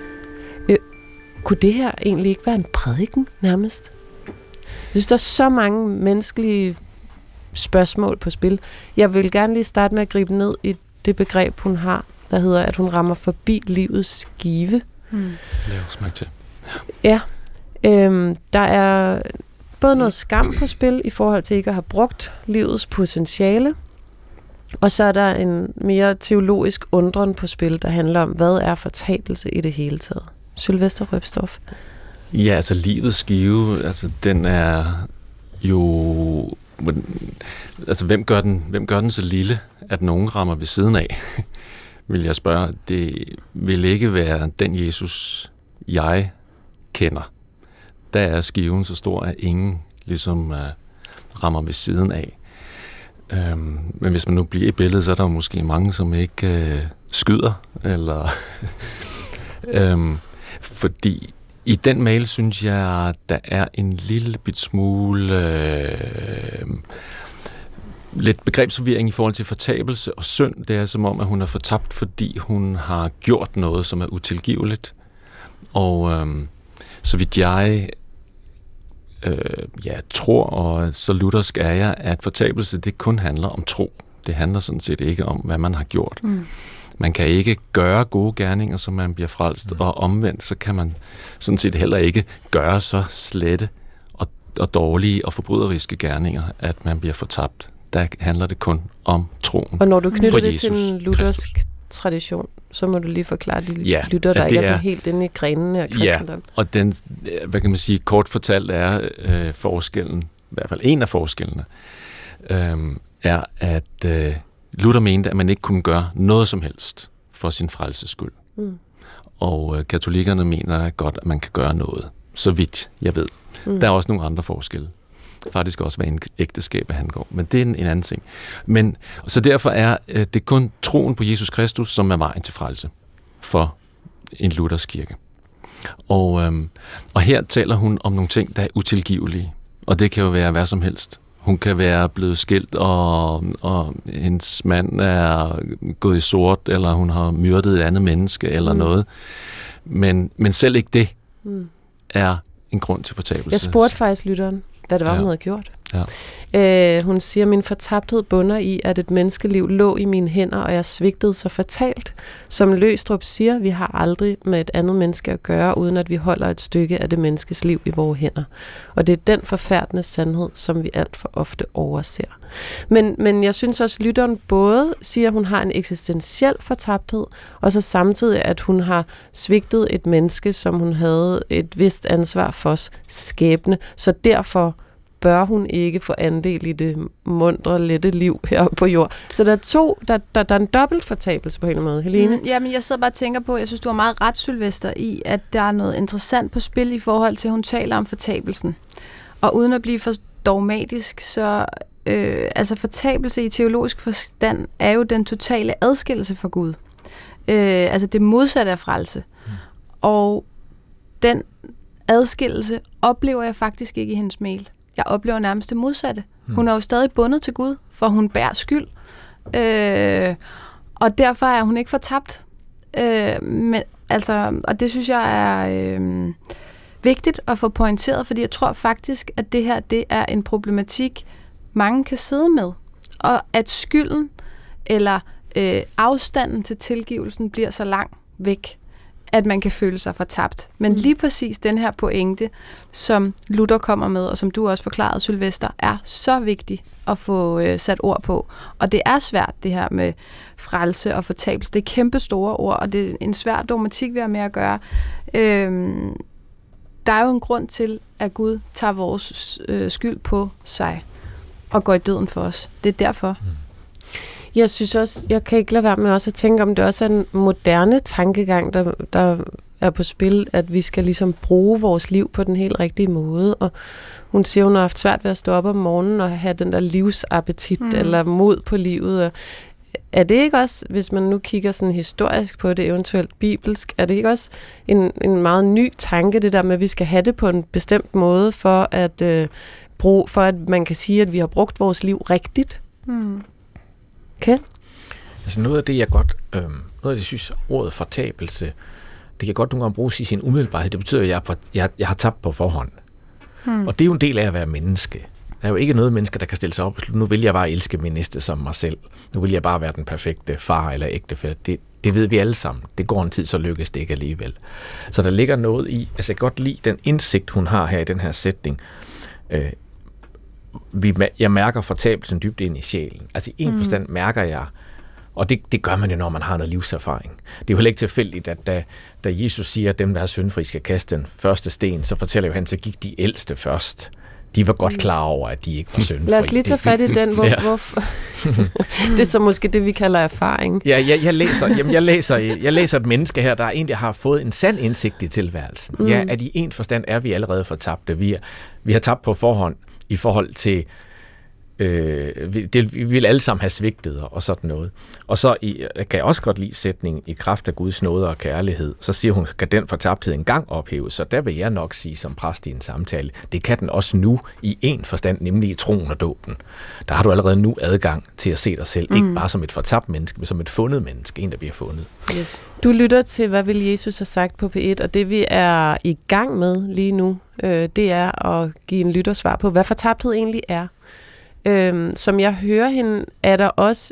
Kunne det her egentlig ikke være en prædiken nærmest? Jeg synes, der er så mange menneskelige spørgsmål på spil. Jeg vil gerne lige starte med at gribe ned i det begreb, hun har, der hedder, at hun rammer forbi livets skive. laves mærke til. Ja, der er både noget skam på spil i forhold til ikke at have brugt livets potentiale, og så er der en mere teologisk undren på spil, der handler om, hvad er fortabelse i det hele taget? Sylvester Røbstorff. Ja, altså livets skive, altså den er jo... Altså hvem gør den så lille, at nogen rammer ved siden af? Vil jeg spørge. Det vil ikke være den Jesus, jeg kender. Der er skiven så stor, at ingen ligesom rammer ved siden af. Men hvis man nu bliver i billedet, så er der måske mange, som ikke skyder. Eller fordi i den mail, synes jeg, der er en lille bit smule lidt begrebsforvirring i forhold til fortabelse og synd. Det er som om, at hun er fortabt, fordi hun har gjort noget, som er utilgiveligt. Og så vidt jeg tror, og så luthersk er jeg, at fortabelse, det kun handler om tro. Det handler sådan set ikke om, hvad man har gjort. Man kan ikke gøre gode gerninger, så man bliver frelst, og omvendt, så kan man sådan set heller ikke gøre så slette og dårlige og forbryderiske gerninger, at man bliver fortabt. Der handler det kun om troen. Og når du knytter det til en luthersk tradition, så må du lige forklare de lytter, der ikke er sådan helt inde i grenene af kristendom. Ja, og den, hvad kan man sige, kort fortalt er forskellen, i hvert fald en af forskellene, er, at Luther mente, at man ikke kunne gøre noget som helst for sin frelses skyld. Og katolikkerne mener godt, at man kan gøre noget, så vidt jeg ved. Der er også nogle andre forskelle. Faktisk også, hvad en ægteskab angår. Men det er en anden ting. Men, så derfor er det kun troen på Jesus Kristus, som er vejen til frelse for en luthersk kirke. Og her taler hun om nogle ting, der er utilgivelige. Og det kan jo være hvad som helst. Hun kan være blevet skilt, og hendes mand er gået i sort, eller hun har myrdet et andet menneske, eller noget. Men selv ikke det er en grund til fortabelse. Jeg spurgte faktisk lytteren, hvad det var, hun havde gjort. Ja. Hun siger, min fortabthed bunder i, at et menneskeliv lå i mine hænder, og jeg svigtede så fatalt. Som Løgstrup siger, vi har aldrig med et andet menneske at gøre, uden at vi holder et stykke af det menneskes liv i vores hænder. Og det er den forfærdende sandhed, som vi alt for ofte overser. Men jeg synes også, at lytteren både siger, at hun har en eksistentiel fortabthed, og så samtidig, at hun har svigtet et menneske, som hun havde et vist ansvar for skæbne. Så derfor bør hun ikke få andel i det mundre, lette liv her på jord. Så der er en dobbelt fortabelse på en eller anden måde. Helene? Jamen, jeg sidder bare og tænker på, jeg synes, du har meget ret, Sylvester, i, at der er noget interessant på spil i forhold til, at hun taler om fortabelsen. Og uden at blive for dogmatisk, så altså fortabelse i teologisk forstand er jo den totale adskillelse fra Gud. Altså det modsatte af frelse. Og den adskillelse oplever jeg faktisk ikke i hendes mail. Jeg oplever nærmest det modsatte. Hun er jo stadig bundet til Gud, for hun bærer skyld. Og derfor er hun ikke fortabt. Men, altså, og det synes jeg er vigtigt at få pointeret, fordi jeg tror faktisk, at det her det er en problematik, mange kan sidde med. Og at skylden eller afstanden til tilgivelsen bliver så langt væk, at man kan føle sig fortabt. Men lige præcis den her pointe, som Luther kommer med, og som du også forklarede, Sylvester, er så vigtig at få sat ord på. Og det er svært, det her med frelse og fortabelse. Det er kæmpe store ord, og det er en svær dogmatik, vi har med at gøre. Der er jo en grund til, at Gud tager vores skyld på sig og går i døden for os. Det er derfor. Jeg synes også, jeg kan ikke lade være med også at tænke, om det også er en moderne tankegang, der er på spil, at vi skal ligesom bruge vores liv på den helt rigtige måde. Og hun siger, hun har haft svært ved at stå op om morgenen og have den der livsappetit eller mod på livet. Og er det ikke også, hvis man nu kigger sådan historisk på det, eventuelt bibelsk, er det ikke også en meget ny tanke, det der med, at vi skal have det på en bestemt måde, for at man kan sige, at vi har brugt vores liv rigtigt? Okay. Altså noget af det, noget af det, synes ordet fortabelse, det kan godt nogle gange bruges i sin umiddelbarhed. Det betyder, at jeg har tabt på forhånd. Og det er jo en del af at være menneske. Der er jo ikke noget menneske, der kan stille sig op og sige, nu vil jeg bare elske min næste som mig selv. Nu vil jeg bare være den perfekte far eller ægtefælle. Det ved vi alle sammen. Det går en tid, så lykkes det ikke alligevel. Så der ligger noget i, altså jeg kan godt lide den indsigt, hun har her i den her sætning. Jeg mærker fortabelsen dybt ind i sjælen. Altså i en forstand mærker jeg, og det gør man jo, når man har noget livserfaring. Det er jo heller ikke tilfældigt, at da Jesus siger, at dem, der er syndfri, skal kaste den første sten, så fortæller jo han, så gik de ældste først. De var godt klar over, at de ikke var syndfri. Lad os lige tage fat i den. Det er så måske det, vi kalder erfaring. Ja, jeg læser et menneske her, der egentlig har fået en sand indsigt i tilværelsen. Ja, at i en forstand er vi allerede fortabte. Vi har tabt på forhånd i forhold til vi vil alle sammen have svigtet og sådan noget. Og så kan jeg også godt lide sætningen, i kraft af Guds nåde og kærlighed, så siger hun, kan den fortabthed engang ophæves, så der vil jeg nok sige som præst i en samtale, det kan den også nu i en forstand, nemlig i troen og dåben. Der har du allerede nu adgang til at se dig selv, ikke bare som et fortabt menneske, men som et fundet menneske, en der bliver fundet. Yes. Du lytter til, hvad vil Jesus have sagt på P1, og det vi er i gang med lige nu, det er at give en lyttersvar på, hvad fortabthed egentlig er. Som jeg hører hende, er der også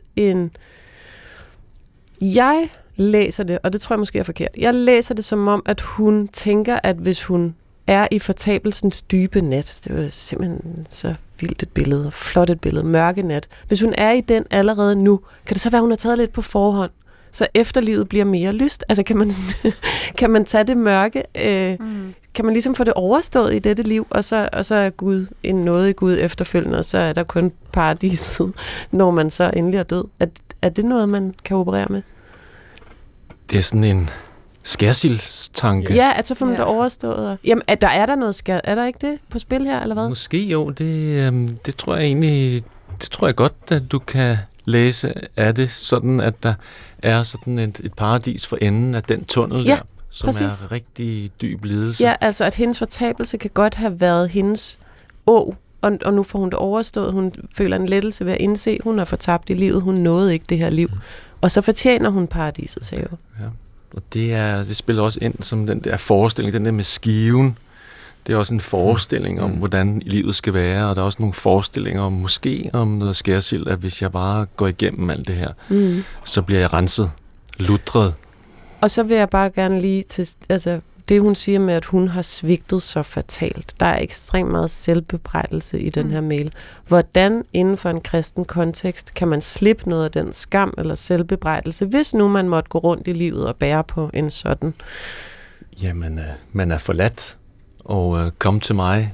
jeg læser det, og det tror jeg måske er forkert. Jeg læser det som om, at hun tænker, at hvis hun er i fortabelsens dybe nat, det var simpelthen så vildt et billede, flot et billede, mørke nat. Hvis hun er i den allerede nu, kan det så være, hun har taget lidt på forhånd, så efterlivet bliver mere lyst? Altså kan man tage det mørke? Kan man ligesom få det overstået i dette liv, og så er Gud en nåde i Gud efterfølgende, og så er der kun paradiset, når man så endelig er død. Er det noget, man kan operere med? Det er sådan en skærsildstanke. Ja, at så får man det overstået. Jamen, er der noget er der ikke det på spil her, eller hvad? Måske jo, det tror jeg egentlig, det tror jeg godt, at du kan læse af det, sådan at der er sådan et paradis for enden af den tunnel der, som præcis. Er rigtig dyb lidelse. Ja, altså at hendes fortabelse kan godt have været hendes og nu får hun det overstået. Hun føler en lettelse ved at indse, hun er fortabt i livet, hun nåede ikke det her liv. Og så fortjener hun paradisets have. Ja, og det spiller også ind som den der forestilling, den der med skiven. Det er også en forestilling om, hvordan livet skal være, og der er også nogle forestillinger om, måske om noget skærsild, at hvis jeg bare går igennem alt det her, så bliver jeg renset, lutret. Og så vil jeg bare gerne lige til, altså det hun siger med, at hun har svigtet så fatalt. Der er ekstremt meget selvbebrejdelse i den her mail. Hvordan inden for en kristen kontekst kan man slippe noget af den skam eller selvbebrejdelse, hvis nu man måtte gå rundt i livet og bære på en sådan? Jamen, man er forladt, og kom til mig,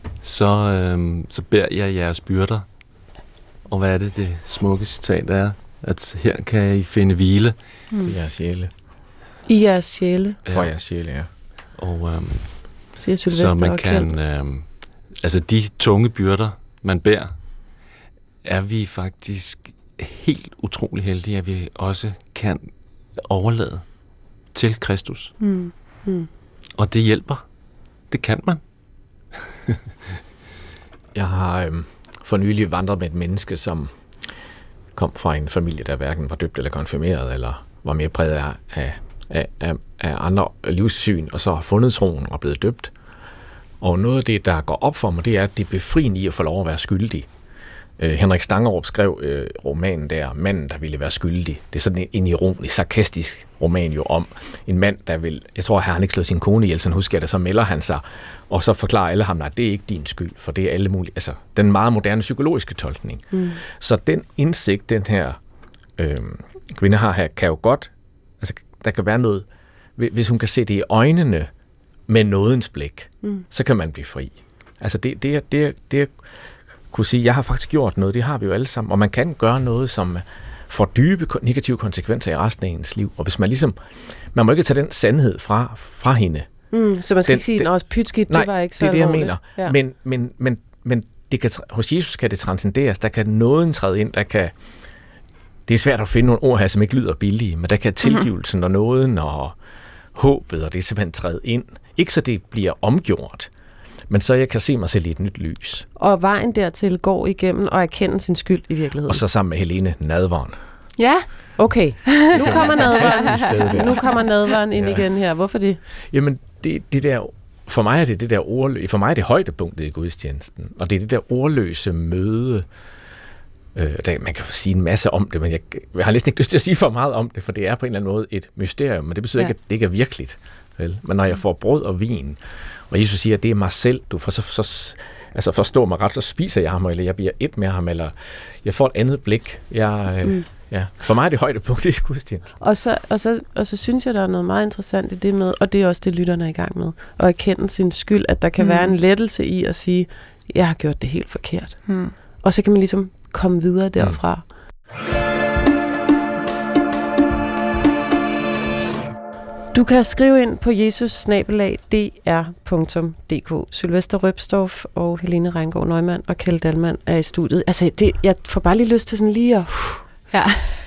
så bærer jeg jeres byrder. Og hvad er det smukke citat er? At her kan I finde hvile. I jeres sjæle. I jeres sjæle. For jeres sjæle, ja. Og så man kan, altså de tunge byrder, man bærer, er vi faktisk helt utrolig heldige, at vi også kan overlade til Kristus. Og det hjælper. Det kan man. Jeg har for nylig vandret med et menneske, som kom fra en familie, der hverken var døbt eller konfirmeret, eller var mere præget af andre livssyn, og så har fundet troen og blevet døbt. Og noget af det, der går op for mig, det er, at det er befriende i at få lov at være skyldig. Henrik Stangerup skrev romanen der, Manden, der ville være skyldig. Det er sådan en ironisk, sarkastisk roman jo om en mand, der vil, jeg tror, han ikke slået sin kone ihjel, så husker jeg det, så melder han sig, og så forklarer alle ham, at det er ikke din skyld, for det er alle mulige, altså den meget moderne psykologiske tolkning. Så den indsigt, den her kvinde har her, kan jo godt, altså der kan være noget, hvis hun kan se det i øjnene med nådens blik, så kan man blive fri. Altså det kunne sige, jeg har faktisk gjort noget, det har vi jo alle sammen, og man kan gøre noget, som får dybe negative konsekvenser i resten af ens liv, og hvis man ligesom, man må ikke tage den sandhed fra hende. Så man skal ikke sige, at pytskidt, det var ikke så alvorligt. Nej, det er det, jeg mener. Ja. Men det kan, hos Jesus kan det transcenderes, der kan nåden træde ind, der kan, det er svært at finde nogle ord her, som ikke lyder billige, men der kan tilgivelsen og nåden og håbet, og det er simpelthen træde ind. Ikke så det bliver omgjort, men så jeg kan se mig selv i et nyt lys. Og vejen dertil går igennem og erkende sin skyld i virkeligheden. Og så sammen med Helene nadveren. Ja, okay. Nu kommer nadveren ind igen her. Hvorfor det? Jamen, det der, for mig er det der ordløse, for mig er det højdepunktet i gudstjenesten, og det er det der ordløse møde Man kan sige en masse om det, men jeg har næsten ikke lyst til at sige for meget om det, for det er på en eller anden måde et mysterium, men det betyder ikke, at det ikke er virkeligt. Vel? Men når jeg får brød og vin, og Jesus siger, at det er mig selv, du får så forstår mig ret, så spiser jeg ham, eller jeg bliver et med ham, eller jeg får et andet blik. For mig er det højdepunkt i gudstjenesten. Og så synes jeg, der er noget meget interessant i det med, og det er også det, lytterne er i gang med, at erkende sin skyld, at der kan være en lettelse i at sige, jeg har gjort det helt forkert. Og så kan man ligesom komme videre derfra. Du kan skrive ind på jesus@dr.dk. Sylvester Røbstorff og Helene Reingård Neumann og Kjeld Dalman er i studiet. Altså, jeg får bare lige lyst til sådan lige at... Ja.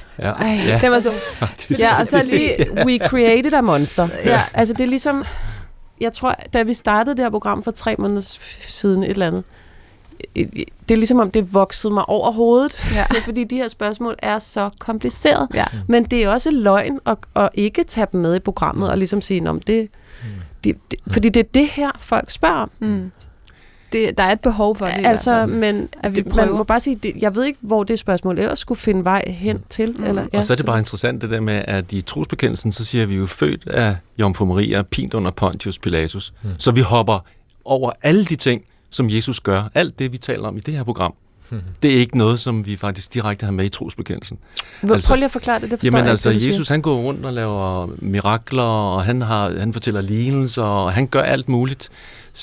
Det var så... Ja, og så lige, we created a monster. Ja. Altså, det er ligesom... Jeg tror, da vi startede det her program for 3 måneder siden, et eller andet, det er ligesom om, det voksede mig over hovedet, fordi de her spørgsmål er så komplicerede. Ja. Men det er også løgn at ikke tage dem med i programmet og ligesom sige, om det, fordi det er det her, folk spørger om. Der er et behov for det. Altså, men man må bare sige, jeg ved ikke, hvor det spørgsmål ellers skulle finde vej hen til. Eller, og så er det bare interessant det der med, at i trosbekendelsen, så siger vi jo født af Jomfru Maria, pint under Pontius Pilatus. Så vi hopper over alle de ting, som Jesus gør. Alt det, vi taler om i det her program, det er ikke noget, som vi faktisk direkte har med i trosbekendelsen. Prøv lige at forklare det, forstår jeg ikke, Jesus, han går rundt og laver mirakler, og han fortæller lignelser, og han gør alt muligt.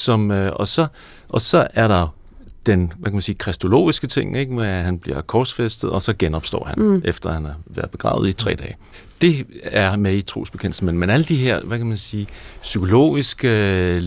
Og så er der den, hvad kan man sige, kristologiske ting, ikke, med at han bliver korsfæstet, og så genopstår han, efter han har været begravet i 3 dage. Det er med i trosbekendelsen, men alle de her, hvad kan man sige, psykologiske,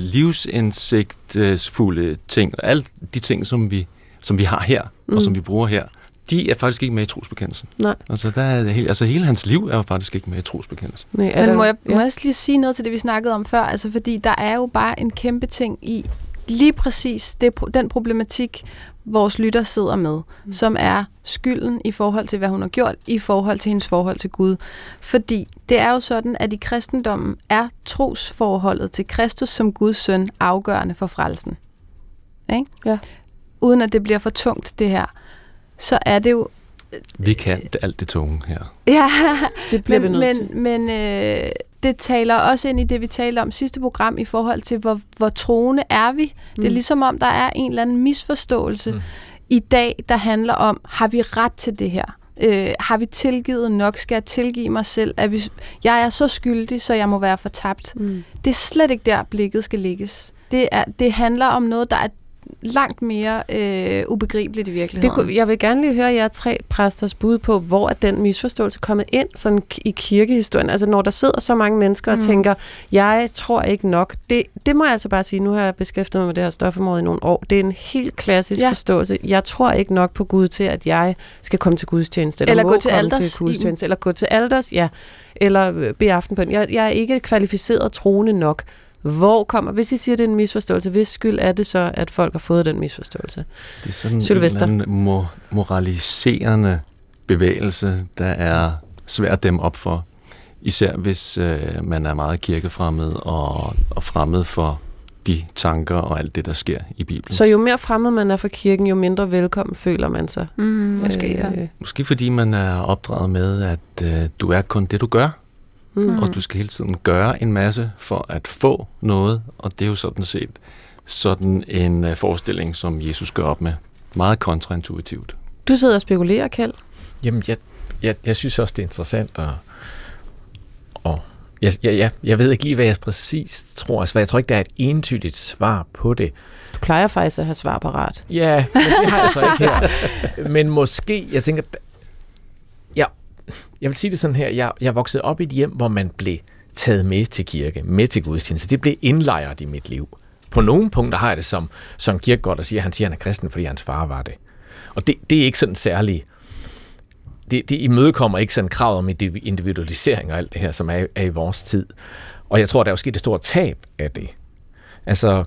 livsindsigtsfulde ting, og alle de ting, som vi har her, og som vi bruger her, de er faktisk ikke med i trosbekendelsen. Nej. Altså hele hans liv er jo faktisk ikke med i trosbekendelsen. Men må jeg også lige sige noget til det, vi snakkede om før, altså fordi der er jo bare en kæmpe ting i lige præcis den problematik, vores lytter sidder med, som er skylden i forhold til, hvad hun har gjort, i forhold til hendes forhold til Gud. Fordi det er jo sådan, at i kristendommen er trosforholdet til Kristus som Guds søn afgørende for frelsen. Ikke? Ja. Uden at det bliver for tungt, det her, så er det jo... Vi kan alt det tunge her. Ja, det bliver vi nødt til. Men det taler også ind i det, vi talte om sidste program, i forhold til, hvor troende er vi. Det er ligesom om, der er en eller anden misforståelse i dag, der handler om, har vi ret til det her? Har vi tilgivet nok? Skal jeg tilgive mig selv? Jeg er så skyldig, så jeg må være fortabt. Det er slet ikke der, blikket skal lægges. Det handler om noget, der er langt mere ubegribeligt i virkeligheden. Jeg vil gerne lige høre jer 3 præsters bud på, hvor er den misforståelse kommet ind sådan i kirkehistorien. Altså når der sidder så mange mennesker og tænker, jeg tror ikke nok. Det må jeg altså bare sige, nu har jeg beskæftiget mig med det her stofområde i nogle år. Det er en helt klassisk forståelse. Jeg tror ikke nok på Gud til, at jeg skal komme til gudstjeneste. Eller gå til alders. Eller gå til alders, ja. Eller bede aftenbøn. Jeg er ikke kvalificeret troende nok. Hvis I siger, det er en misforståelse, hvis skyld er det så, at folk har fået den misforståelse? Det er sådan Sylvester. En moraliserende bevægelse, der er svært at dæmme op for. Især hvis man er meget kirkefremmed og fremmed for de tanker og alt det, der sker i Bibelen. Så jo mere fremmed man er for kirken, jo mindre velkommen føler man sig? Måske fordi man er opdraget med, at du er kun det, du gør. Og du skal hele tiden gøre en masse for at få noget, og det er jo sådan en forestilling, som Jesus gør op med. Meget kontraintuitivt. Du sidder og spekulerer, Kjeld. Jamen, jeg synes også, det er interessant, og jeg ved ikke lige, hvad jeg præcis tror. Altså, jeg tror ikke, der er et entydigt svar på det. Du plejer faktisk at have svar parat. Ja, men det har jeg så ikke her. Men måske, jeg tænker... Jeg vil sige det sådan her, jeg voksede op i et hjem, hvor man blev taget med til kirke, med til gudstjeneste. Det blev indlejret i mit liv. På nogle punkter har jeg det som Kierkegaard, der siger, han er kristen, fordi hans far var det. Og det er ikke sådan særligt. Det imødekommer ikke sådan krav om individualisering og alt det her, som er i vores tid. Og jeg tror, der er jo sket et stort tab af det. Altså,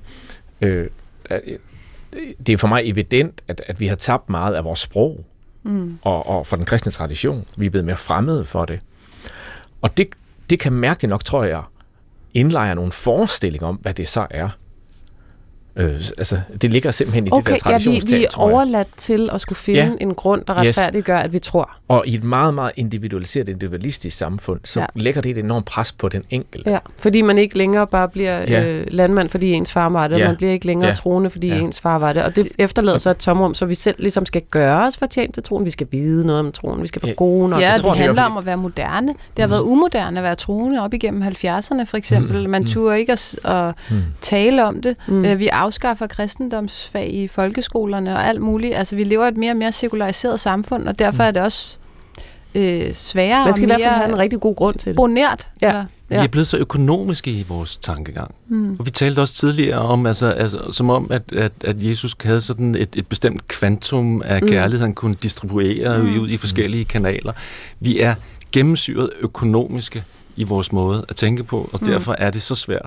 det er for mig evident, at vi har tabt meget af vores sprog. Og for den kristne tradition. Vi er blevet mere fremmede for det. Og det kan mærkeligt nok, tror jeg, indlejre nogle forestillinger om, hvad det så er. Altså, det ligger simpelthen i det der traditionstal, vi er overladt til at skulle finde en grund, der retfærdiggør, at vi tror. Og i et meget, meget individualistisk samfund, så lægger det et enormt pres på den enkelte. Ja, fordi man ikke længere bare bliver landmand, fordi ens far var det, og man bliver ikke længere troende, fordi ens far var det. Og det efterlader så et tomrum, så vi selv ligesom skal gøre os fortjent til troen. Vi skal vide noget om troen, vi skal være gode nok. Ja, det handler om at være moderne. Det har været umoderne at være troende op igennem 70'erne, for eksempel. Man turde ikke at tale om det. Vi afskaffer kristendomsfag i folkeskolerne og alt muligt. Altså, vi lever i et mere og mere sekulariseret samfund, og derfor er det også sværere. Man skal i hvert fald have en rigtig god grund til det. Bonært. Ja. Vi er blevet så økonomiske i vores tankegang. Og vi talte også tidligere om, altså som om, at Jesus havde sådan et bestemt kvantum af kærlighed, han kunne distribuere ud i forskellige kanaler. Vi er gennemsyret økonomiske i vores måde at tænke på, og derfor er det så svært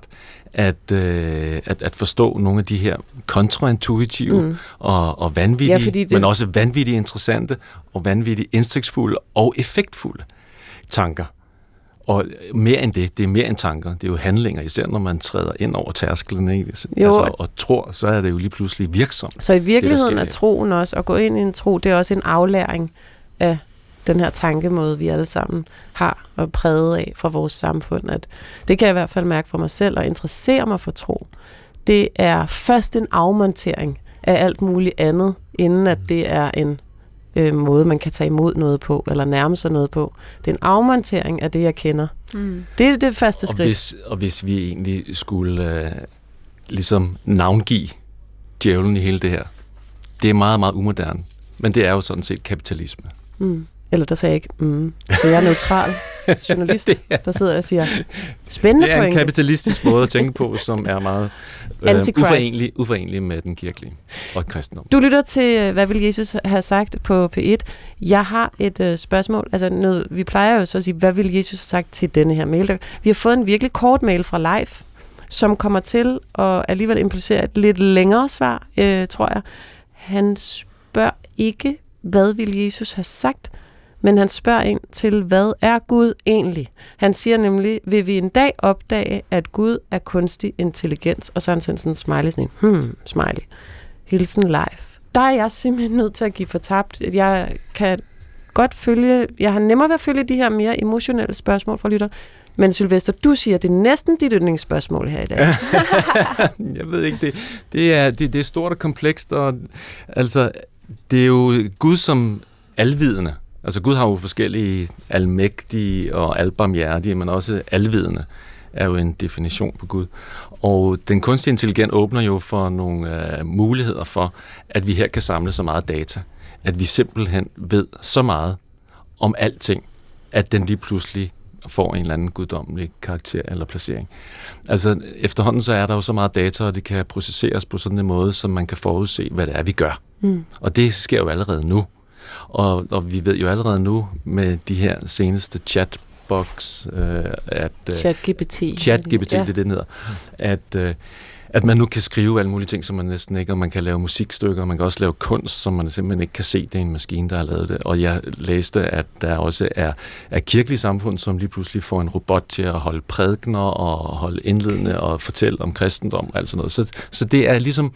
at forstå nogle af de her kontraintuitive og vanvittige, men også vanvittigt interessante og vanvittigt indsigtsfulde og effektfulde tanker. Og mere end det er mere end tanker, det er jo handlinger, især når man træder ind over tærsklen, og tror, så er det jo lige pludselig virksomt. Så i virkeligheden er troen også, at gå ind i en tro, det er også en aflæring af den her tankemåde, vi alle sammen har og præget af fra vores samfund. At det kan jeg i hvert fald mærke for mig selv og interessere mig for tro. Det er først en afmontering af alt muligt andet, inden at det er en måde, man kan tage imod noget på, eller nærme sig noget på. Det er en afmontering af det, jeg kender. Det er det første skridt. Og hvis vi egentlig skulle ligesom navngive djævlen i hele det her, det er meget, meget umoderne. Men det er jo sådan set kapitalisme. Eller der sagde jeg ikke, for jeg er neutral journalist, der sidder og siger, spændende pointe. Det er en kapitalistisk måde at tænke på, som er meget uforenelig med den kirkelige og kristendom. Du lytter til, hvad vil Jesus have sagt på P1. Jeg har et spørgsmål. Altså vi plejer jo så at sige, hvad vil Jesus have sagt til denne her mail? Vi har fået en virkelig kort mail fra Leif, som kommer til at alligevel implicere et lidt længere svar, tror jeg. Han spørger ikke, hvad vil Jesus have sagt? Men han spørger ind til, hvad er Gud egentlig? Han siger nemlig, vil vi en dag opdage, at Gud er kunstig intelligens? Og så har han sendt sådan en smiley, smiley. Hilsen Leif. Der er jeg simpelthen nødt til at give fortabt. Jeg kan godt følge, jeg har nemmere ved at følge de her mere emotionelle spørgsmål fra lytter. Men Sylvester, du siger, det er næsten dit yndlingsspørgsmål her i dag. Jeg ved ikke, det er stort og komplekst, og altså, det er jo Gud som alvidende. Altså Gud har jo forskellige almægtige og albarmhjertige, men også alvidende er jo en definition på Gud. Og den kunstige intelligens åbner jo for nogle muligheder for, at vi her kan samle så meget data, at vi simpelthen ved så meget om alting, at den lige pludselig får en eller anden guddommelig karakter eller placering. Altså efterhånden så er der jo så meget data, og det kan processeres på sådan en måde, så man kan forudse, hvad det er, vi gør. Og det sker jo allerede nu. Og vi ved jo allerede nu med de her seneste chatbox, ChatGPT, det er det, den hedder, at man nu kan skrive alle mulige ting, som man næsten ikke, og man kan lave musikstykker, og man kan også lave kunst, som man simpelthen ikke kan se, det er en maskine, der har lavet det. Og jeg læste, at der også er kirkelige samfund, som lige pludselig får en robot til at holde prædikener og holde indledende og fortælle om kristendom og alt sådan noget. Så det er ligesom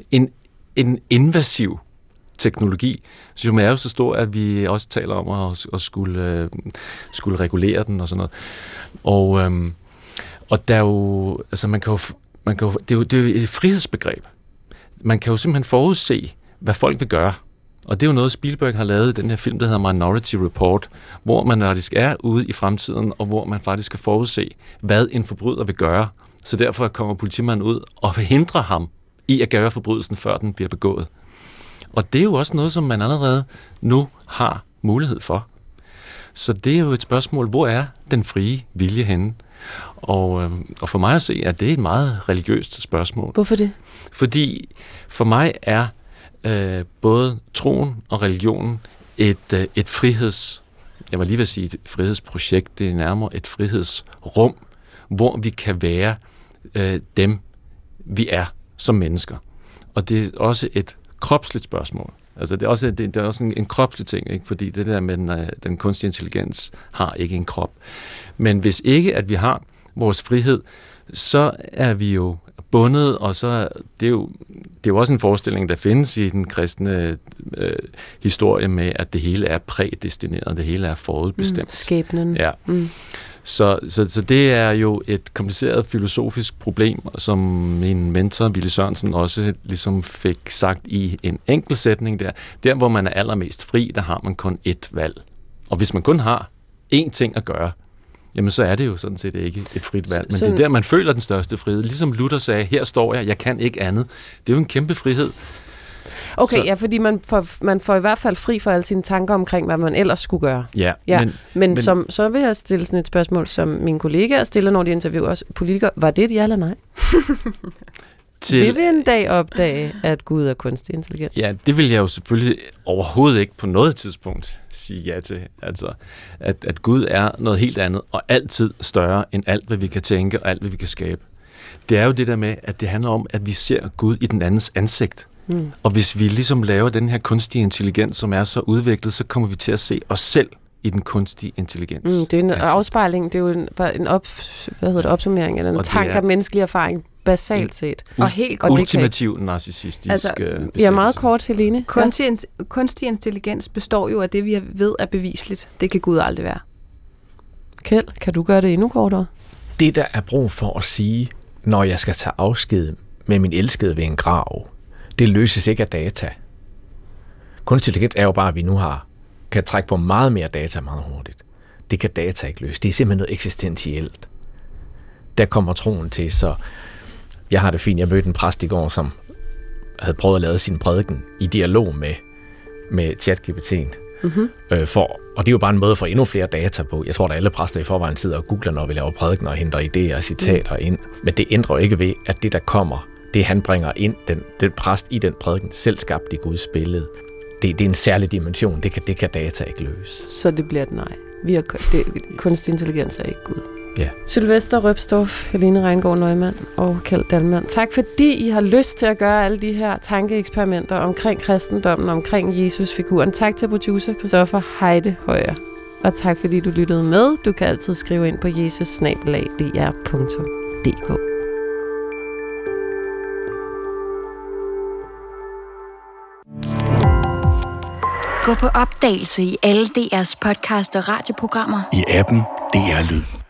en invasiv teknologi, som er jo så stor, at vi også taler om at skulle regulere den og sådan noget. Og der er jo, altså man kan jo, det er jo et frihedsbegreb. Man kan jo simpelthen forudse, hvad folk vil gøre. Og det er jo noget, Spielberg har lavet i den her film, der hedder Minority Report, hvor man faktisk er ude i fremtiden, og hvor man faktisk kan forudse, hvad en forbryder vil gøre. Så derfor kommer politimanden ud og forhindrer ham i at gøre forbrydelsen, før den bliver begået. Og det er jo også noget, som man allerede nu har mulighed for. Så det er jo et spørgsmål, hvor er den frie vilje henne? Og for mig at se, at det er et meget religiøst spørgsmål. Hvorfor det? Fordi for mig er både troen og religionen et jeg var lige ved at sige et frihedsprojekt, det er nærmere et frihedsrum, hvor vi kan være dem, vi er som mennesker. Og det er også et kropsligt spørgsmål. Altså det er også en kropslig ting, ikke? Fordi det der med den kunstige intelligens har ikke en krop. Men hvis ikke, at vi har vores frihed, så er vi jo bundet, og så det er jo også en forestilling, der findes i den kristne historie med, at det hele er prædestineret, det hele er forudbestemt. Skæbnen. Ja. Så det er jo et kompliceret filosofisk problem, som min mentor, Willy Sørensen, også ligesom fik sagt i en enkelt sætning der. Der, hvor man er allermest fri, der har man kun ét valg. Og hvis man kun har én ting at gøre, jamen så er det jo sådan set ikke et frit valg. Men det er der, man føler den største frihed. Ligesom Luther sagde, her står jeg kan ikke andet. Det er jo en kæmpe frihed. Okay, ja, fordi man får i hvert fald fri for alle sine tanker omkring, hvad man ellers skulle gøre. Ja. Men så vil jeg stille sådan et spørgsmål, som mine kollegaer stiller, når de interviewer os politikere. Var det et ja eller nej? Vil vi en dag opdage, at Gud er kunstig intelligens? Ja, det vil jeg jo selvfølgelig overhovedet ikke på noget tidspunkt sige ja til. Altså, at Gud er noget helt andet, og altid større end alt, hvad vi kan tænke, og alt, hvad vi kan skabe. Det er jo det der med, at det handler om, at vi ser Gud i den andens ansigt. Og hvis vi ligesom laver den her kunstige intelligens, som er så udviklet, så kommer vi til at se os selv i den kunstige intelligens. Det er en afspejling, det er jo en opsummering, eller en tanke af menneskelig erfaring, basalt set. Og helt ultimativ narcissistisk ja, meget kort, Helene. Kunstig intelligens består jo af det, vi ved er bevisligt. Det kan Gud aldrig være. Kjeld, kan du gøre det endnu kortere? Det, der er brug for at sige, når jeg skal tage afsked med min elskede ved en grav, det løses ikke af data. Kunstig intelligens er jo bare, at vi nu kan trække på meget mere data meget hurtigt. Det kan data ikke løse. Det er simpelthen noget eksistentielt. Der kommer troen til, så jeg har det fint. Jeg mødte en præst i går, som havde prøvet at lave sin prædiken i dialog med ChatGPT'en. Og det er jo bare en måde at få endnu flere data på. Jeg tror, at alle præster i forvejen sidder og googler, når vi laver prædikener og henter idéer og citater ind. Men det ændrer jo ikke ved, at det, der kommer, det han bringer ind, den præst i den prædiken, selv skabt i Guds billede. Det er en særlig dimension. Det kan data ikke løse. Så det bliver et nej. Kunstig intelligens er ikke Gud. Ja. Sylvester Røbstorff, Helene Reingård Neumann og Kjeld Dalman. Tak fordi I har lyst til at gøre alle de her tankeeksperimenter omkring kristendommen, omkring Jesus-figuren. Tak til producer Christoffer Heide Højer. Og tak fordi du lyttede med. Du kan altid skrive ind på jesus@dr.dk. Gå på opdagelse i alle DR's podcast og radioprogrammer. I appen DR Lyd.